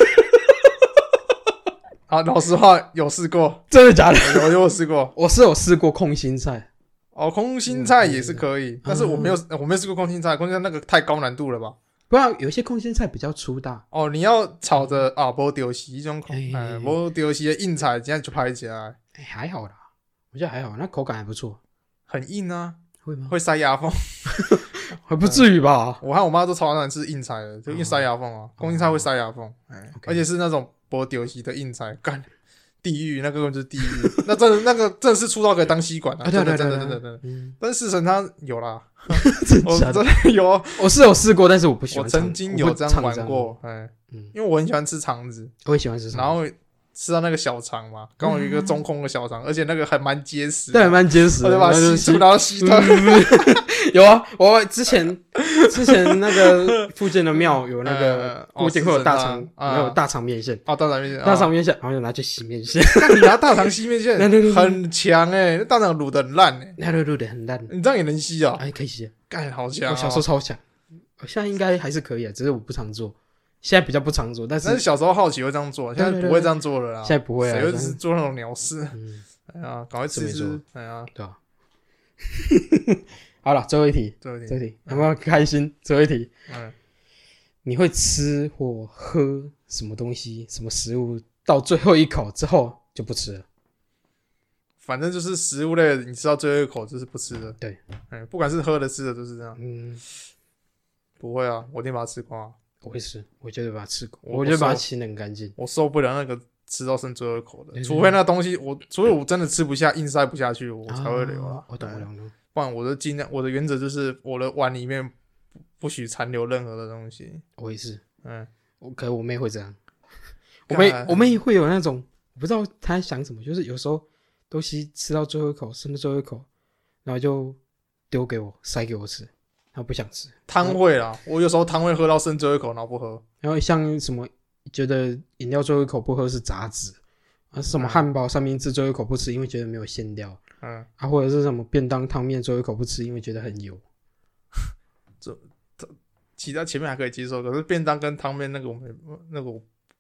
Speaker 2: 啊，老实话，有试过，
Speaker 1: 真的假的？
Speaker 2: 有有试过，
Speaker 1: 我是有试过空心菜。
Speaker 2: 哦，空心菜也是可以，嗯、但是我没有，嗯、我没有试过空心菜，空心菜那个太高难度了吧？
Speaker 1: 不然有些空心菜比较粗大。
Speaker 2: 哦，你要炒着啊，无丢席这种，哎，无丢席的硬菜，这样就拍起来。
Speaker 1: 哎，还好啦，我觉得还好，那口感还不错。
Speaker 2: 很硬啊？
Speaker 1: 会吗？
Speaker 2: 会塞牙缝？
Speaker 1: 还不至于吧？
Speaker 2: 我和我妈都超难吃硬菜的，就硬塞牙缝啊，空心菜会塞牙缝，哎，而且是那种。不丢弃的硬菜，干地狱，那个根本就是地狱，那真的那个真的是粗到可以当吸管啊！真的真的真的真的，但是四神汤有啦，我真的有，
Speaker 1: 我是有试过，但是我不喜欢。
Speaker 2: 我曾经有这样玩过，哎，因为我很喜欢吃肠子，
Speaker 1: 我也喜欢吃肠子，
Speaker 2: 然后吃到那个小肠嘛，刚好有一个中空的小肠，而且那个还蛮结实，
Speaker 1: 对，蛮结实，
Speaker 2: 我就把它吸出，然后吸它。
Speaker 1: 有啊，我之前之前那个附近的庙有那个固定会有大肠，没有大肠面线
Speaker 2: 哦，大肠面线，
Speaker 1: 大肠面线，然后就拿去洗面线。
Speaker 2: 那你拿大肠吸面线，很强哎，大肠卤的很烂哎，
Speaker 1: 那卤的很烂，
Speaker 2: 你这样也能吸啊？
Speaker 1: 哎，可以吸，
Speaker 2: 干好强！
Speaker 1: 我小时候超强，我现在应该还是可以啊，只是我不常做。现在比较不常做，但是
Speaker 2: 但是小时候好奇会这样做，现在不会这样做了啦。
Speaker 1: 现在不会啊，
Speaker 2: 谁会是做那种鸟事？嗯，哎呀，赶快吃吃，哎呀，
Speaker 1: 对啊。好了，最后一题，
Speaker 2: 最后一题，
Speaker 1: 最后一题，有没有开心？最后一题，嗯，你会吃或喝什么东西、什么食物，到最后一口之后就不吃了？
Speaker 2: 反正就是食物类的，你吃到最后一口就是不吃的。
Speaker 1: 对，
Speaker 2: 嗯，不管是喝的、吃的都是这样。
Speaker 1: 嗯，
Speaker 2: 不会啊，我一定把它吃光啊。
Speaker 1: 我会吃，我绝对把它吃光，我就把它清得很干净。
Speaker 2: 我受不了那个吃到剩最后一口的，除非那东西我，除非我真的吃不下，硬塞不下去，我才会留啊。
Speaker 1: 我懂，我懂。
Speaker 2: 不然我的尽量，我的原则就是我的碗里面不许残留任何的东西。
Speaker 1: 我也是，
Speaker 2: 嗯，
Speaker 1: 我可我妹会这样，我妹我妹会有那种，我不知道她在想什么，就是有时候东西吃到最后一口，剩到最后一口，然后就丢给我，塞给我吃，她不想吃。
Speaker 2: 汤会啦，我有时候汤会喝到剩最后一口，然后不喝。
Speaker 1: 然后像什么觉得饮料最后一口不喝是杂质，啊什么汉堡三明治最后一口不吃，因为觉得没有馅料。嗯，啊，或者是什么便当汤面最后一口不吃，因为觉得很油。
Speaker 2: 这其他前面还可以接受，可是便当跟汤面那个我没那个我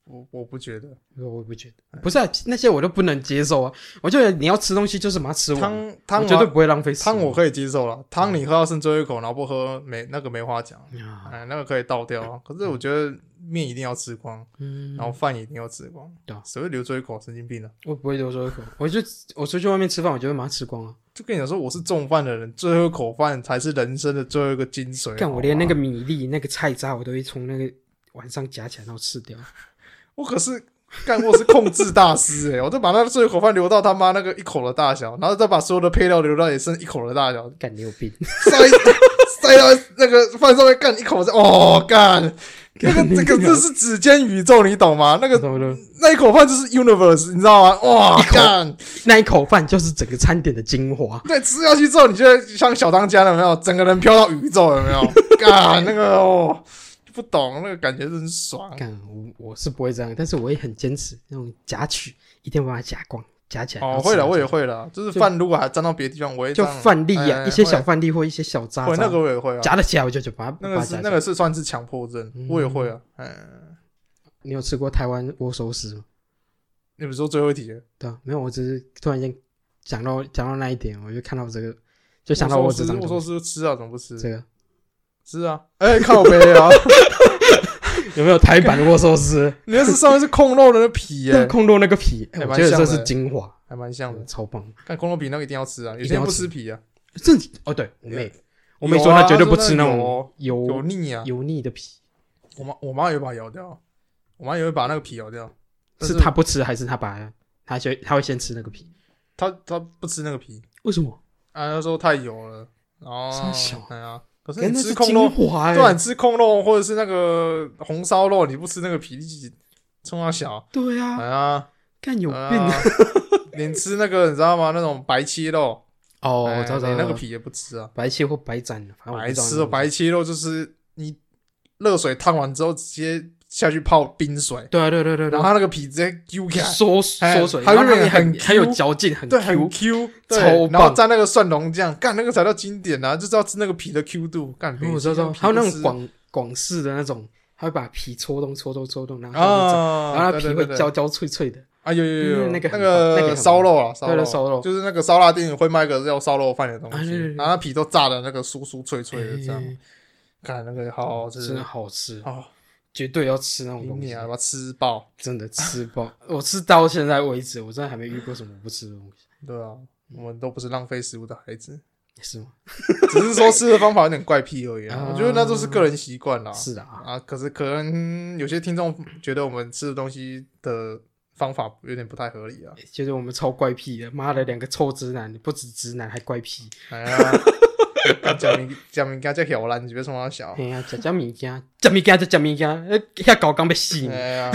Speaker 2: 我我不觉得，
Speaker 1: 我也不觉得，不是啊，那些我都不能接受啊。我觉得你要吃东西就是把它吃完，
Speaker 2: 汤汤
Speaker 1: 我绝对不会浪费食物。
Speaker 2: 汤我可以接受了，汤你喝到剩最后一口，然后不喝梅那个梅花奖，
Speaker 1: 啊
Speaker 2: 哎，那个可以倒掉啊。可是我觉得面一定要吃光，
Speaker 1: 嗯，
Speaker 2: 然后饭也一定要吃光，
Speaker 1: 对啊
Speaker 2: 谁会留最后一口？神经病啊！
Speaker 1: 我不会留最后一口，我就我出去外面吃饭，我就会把它吃光啊。
Speaker 2: 就跟你讲说，我是重饭的人，最后一口饭才是人生的最后一个精髓。
Speaker 1: 干，我连那个米粒、那个菜渣，我都会从那个碗上夹起来，然后吃掉。
Speaker 2: 我可是干，我是控制大师诶、欸，我就把那个最后一口饭留到他妈那个一口的大小，然后再把所有的配料留到也剩一口的大小，
Speaker 1: 干，你有病！
Speaker 2: 塞塞到那个饭上面，干一口在哦干。那个这个这是指尖宇宙，你懂吗？那个那一口饭就是 universe， 你知道吗？哇，干
Speaker 1: 那一口饭就是整个餐点的精华。
Speaker 2: 对，吃下去之后，你就会像小当家了，有没有？整个人飘到宇宙，有没有？干那个哦，不懂那个感觉真爽。
Speaker 1: 干我我是不会这样，但是我也很坚持那种夹取，一定要把它夹光，夹起来。
Speaker 2: 哦，会了，我也会了。就是饭如果还沾到别的地方，我会
Speaker 1: 就饭粒啊，
Speaker 2: 哎、
Speaker 1: 一些小饭粒或一些小渣渣。
Speaker 2: 会那个我也会啊，
Speaker 1: 夹得起来我就就把它
Speaker 2: 那个是那个是算是强迫症，嗯、我也会啊。嗯，
Speaker 1: 你有吃过台湾握寿司吗？
Speaker 2: 你不是说最后一题？
Speaker 1: 对啊，没有，我只是突然间讲到讲到那一点，我就看到这个，就想到我这张。
Speaker 2: 我说是吃啊，怎么不吃？
Speaker 1: 这个
Speaker 2: 吃啊，哎、欸，靠背啊。
Speaker 1: 有没有台版的握寿司？
Speaker 2: 你那是上面是控肉的那皮耶、欸，
Speaker 1: 控肉那个皮，欸、我觉得这是精华，
Speaker 2: 还蛮像的，
Speaker 1: 超棒。
Speaker 2: 看控肉皮那个一定要吃啊，有些人不吃皮啊。
Speaker 1: 这哦，对我妹，我妹说她绝对不吃那种油
Speaker 2: 油腻啊、
Speaker 1: 油腻的皮。
Speaker 2: 我妈我妈也会把它咬掉，我妈也会把那个皮咬掉。
Speaker 1: 是她不吃还是她把她先她会先吃那个皮？
Speaker 2: 她她不吃那个皮，
Speaker 1: 为什么？
Speaker 2: 啊，她说太油了，然后
Speaker 1: 太小，
Speaker 2: 哎呀。可是你吃控肉，
Speaker 1: 欸、
Speaker 2: 对，你吃控肉或者是那个红烧肉，你不吃那个皮，你冲它小。
Speaker 1: 对啊，
Speaker 2: 哎呀，
Speaker 1: 干有病啊！
Speaker 2: 连吃那个你知道吗？那种白切肉，
Speaker 1: 哦，我知道，
Speaker 2: 连那个皮也不吃啊。
Speaker 1: 白切或白斩，
Speaker 2: 白吃哦，白切肉就是你热水烫完之后直接下去泡冰水，
Speaker 1: 对啊，对对对，
Speaker 2: 然后它那个皮直接 Q 起来，
Speaker 1: 缩缩水，
Speaker 2: 它
Speaker 1: 然后
Speaker 2: 很
Speaker 1: 很有嚼劲，很
Speaker 2: Q， 对，很 Q，
Speaker 1: 超棒。
Speaker 2: 然后蘸那个蒜蓉酱，干那个才叫经典啊！就是要吃那个皮的 Q 度，干。
Speaker 1: 我知道，还有那种广广式的那种，他会把皮戳动、戳动、戳动，然后
Speaker 2: 啊，
Speaker 1: 然后它皮会焦焦脆脆的。
Speaker 2: 啊，有有有，
Speaker 1: 那个
Speaker 2: 那个烧肉啊，烧肉，
Speaker 1: 烧肉，
Speaker 2: 就是那个烧腊店会卖个叫烧肉饭的东西，
Speaker 1: 啊、对对对，
Speaker 2: 然后它皮都炸的那个酥酥脆脆的，这样，看那个好好吃，
Speaker 1: 真的好吃
Speaker 2: 哦，
Speaker 1: 绝对要吃那种东西，
Speaker 2: 把它吃爆，
Speaker 1: 真的吃爆。我吃到现在为止，我真的还没遇过什么不吃的东西。
Speaker 2: 对啊，我们都不是浪费食物的孩子，
Speaker 1: 是吗？
Speaker 2: 只是说吃的方法有点怪癖而已啊。我觉得那都是个人习惯啦。
Speaker 1: 是啊，
Speaker 2: 啊，可是可能有些听众觉得我们吃的东西的方法有点不太合理啊，
Speaker 1: 觉得我们超怪癖的，妈的，两个臭直男，不止直男还怪癖。
Speaker 2: 哎呀，讲物讲物件才晓烂，是要从哪小？
Speaker 1: 哎呀，食食物件，食物件就食物件，遐高刚要死。
Speaker 2: 哎呀，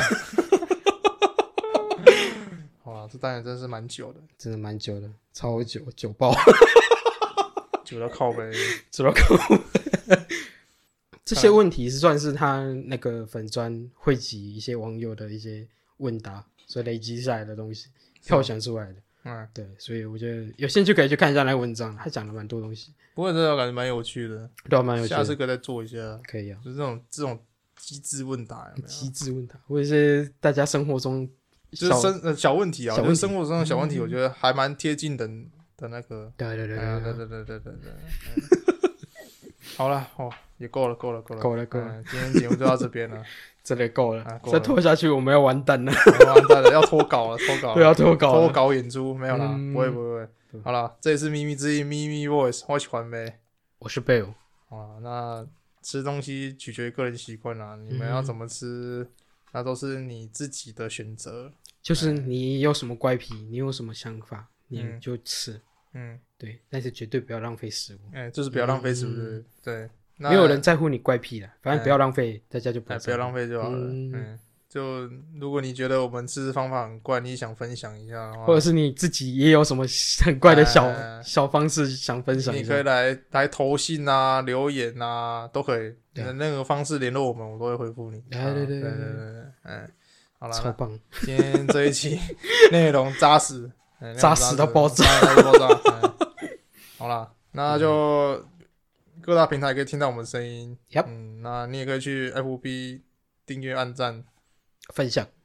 Speaker 2: 哇，这当然真是蛮久的，
Speaker 1: 真的蛮久的，超久，久爆，
Speaker 2: 久到靠背，
Speaker 1: 久到靠背。这些问题是算是他那个粉专汇集一些网友的一些问答。所以累积下来的东西，票选出来的，嗯，对，所以我觉得有兴趣可以去看一下那个文章，他讲了蛮多东西。
Speaker 2: 不过真的感觉蛮有趣的，
Speaker 1: 对，蛮有趣的。
Speaker 2: 下次可以再做一下，
Speaker 1: 可以啊，
Speaker 2: 就是这种这种机智问答，有没有？
Speaker 1: 机智问答，或者是大家生活中
Speaker 2: 就是生呃小问题啊，
Speaker 1: 小问题
Speaker 2: 就是生活中的小问题，我觉得还蛮贴近的的那个。
Speaker 1: 对对对
Speaker 2: 对对对对对对对。好了哦，也够了够了够了
Speaker 1: 够了够了，
Speaker 2: 今天节目就到这边了。
Speaker 1: 真的够了，啊、再拖下去我们要完蛋了，
Speaker 2: 完蛋了，要脱稿了，脱稿了，
Speaker 1: 对，要脱稿了，
Speaker 2: 脱稿演出没有啦，嗯、不会不会不会。好了，这里是咪咪之音咪咪 voice， 我是环梅，
Speaker 1: 我是贝尔。
Speaker 2: 啊，那吃东西取决于个人习惯啦，你们要怎么吃，嗯、那都是你自己的选择。
Speaker 1: 就是你有什么怪癖，你有什么想法，你就吃。嗯，对，但是绝对不要浪费食物。
Speaker 2: 哎、欸，就是不要浪费食物，嗯、对。
Speaker 1: 没有人在乎你怪癖啦，反正不要浪费，大家就不要
Speaker 2: 不要浪费就好了。嗯，嗯就如果你觉得我们吃方法很怪，你想分享一下的话，
Speaker 1: 或者是你自己也有什么很怪的小、呃、小方式想分享一下，
Speaker 2: 你可以来来投信啊、留言啊，都可以。那那个方式联络我们，我都会回复你。
Speaker 1: 对对对对对
Speaker 2: 对，嗯，好了，
Speaker 1: 超棒！
Speaker 2: 今天这一期内容扎实，
Speaker 1: 扎实到爆炸，
Speaker 2: 扎实到爆炸。好了，那就。嗯各大平台可以听到我们的声音，
Speaker 1: yep.
Speaker 2: 嗯，那你也可以去 F B 订阅、按赞、
Speaker 1: 分享，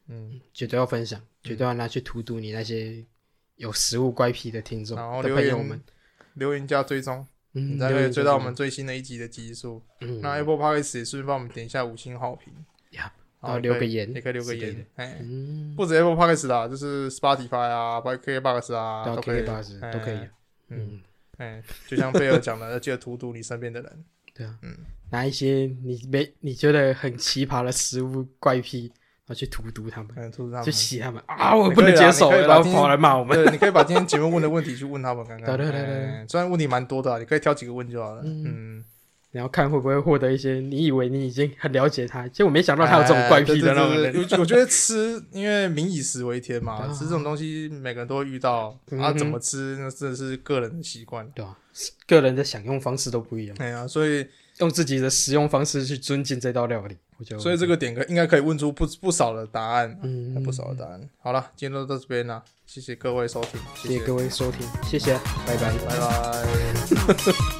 Speaker 2: 嗯，
Speaker 1: 绝对要分享，绝对要拿去荼毒你那些有食物怪癖的听众
Speaker 2: 然后
Speaker 1: 的
Speaker 2: 留言
Speaker 1: 朋友们。
Speaker 2: 留言加追踪，
Speaker 1: 嗯，
Speaker 2: 你才可以
Speaker 1: 留言
Speaker 2: 追到我们最新的一集的集数。
Speaker 1: 嗯，
Speaker 2: 那 Apple Podcast 也顺便帮我们点一下五星好评
Speaker 1: 呀，
Speaker 2: 然后
Speaker 1: 然后留个言
Speaker 2: 也可以留个
Speaker 1: 之类的
Speaker 2: 言。哎，
Speaker 1: 嗯，
Speaker 2: 不止 Apple Podcast 啦，就是 Spotify 啊 K K Box 啊，
Speaker 1: 到
Speaker 2: 都可以
Speaker 1: K K Box 都可以。
Speaker 2: 嗯，哎，就像贝尔讲的，要记得荼毒你身边的人。
Speaker 1: 对啊，
Speaker 2: 嗯，
Speaker 1: 拿一些你没你觉得很奇葩的食物怪癖，然后去荼毒他们，
Speaker 2: 嗯，荼毒他们，
Speaker 1: 去洗他们啊！我不能接受，然后跑来骂我们。
Speaker 2: 对，你可以把今天节目问的问题去问他们看看。
Speaker 1: 对对对对，
Speaker 2: 虽然问题蛮多的啊，你可以挑几个问就好了。嗯，
Speaker 1: 然后看会不会获得一些你以为你已经很了解他，结果没想到他有这种怪癖的那种人。
Speaker 2: 我觉得吃，因为民以食为天嘛，吃这种东西每个人都会遇到，啊，怎么吃那真的是个人的习惯。
Speaker 1: 对啊，个人的享用方式都不一样。
Speaker 2: 哎呀，所以
Speaker 1: 用自己的食用方式去尊敬这道料理，我觉得。
Speaker 2: 所以这个点可应该可以问出不不少的答案，
Speaker 1: 嗯，
Speaker 2: 不少的答案。好了，今天就到这边了，谢谢各位收听，
Speaker 1: 谢谢各位收听，谢谢，拜拜，
Speaker 2: 拜拜。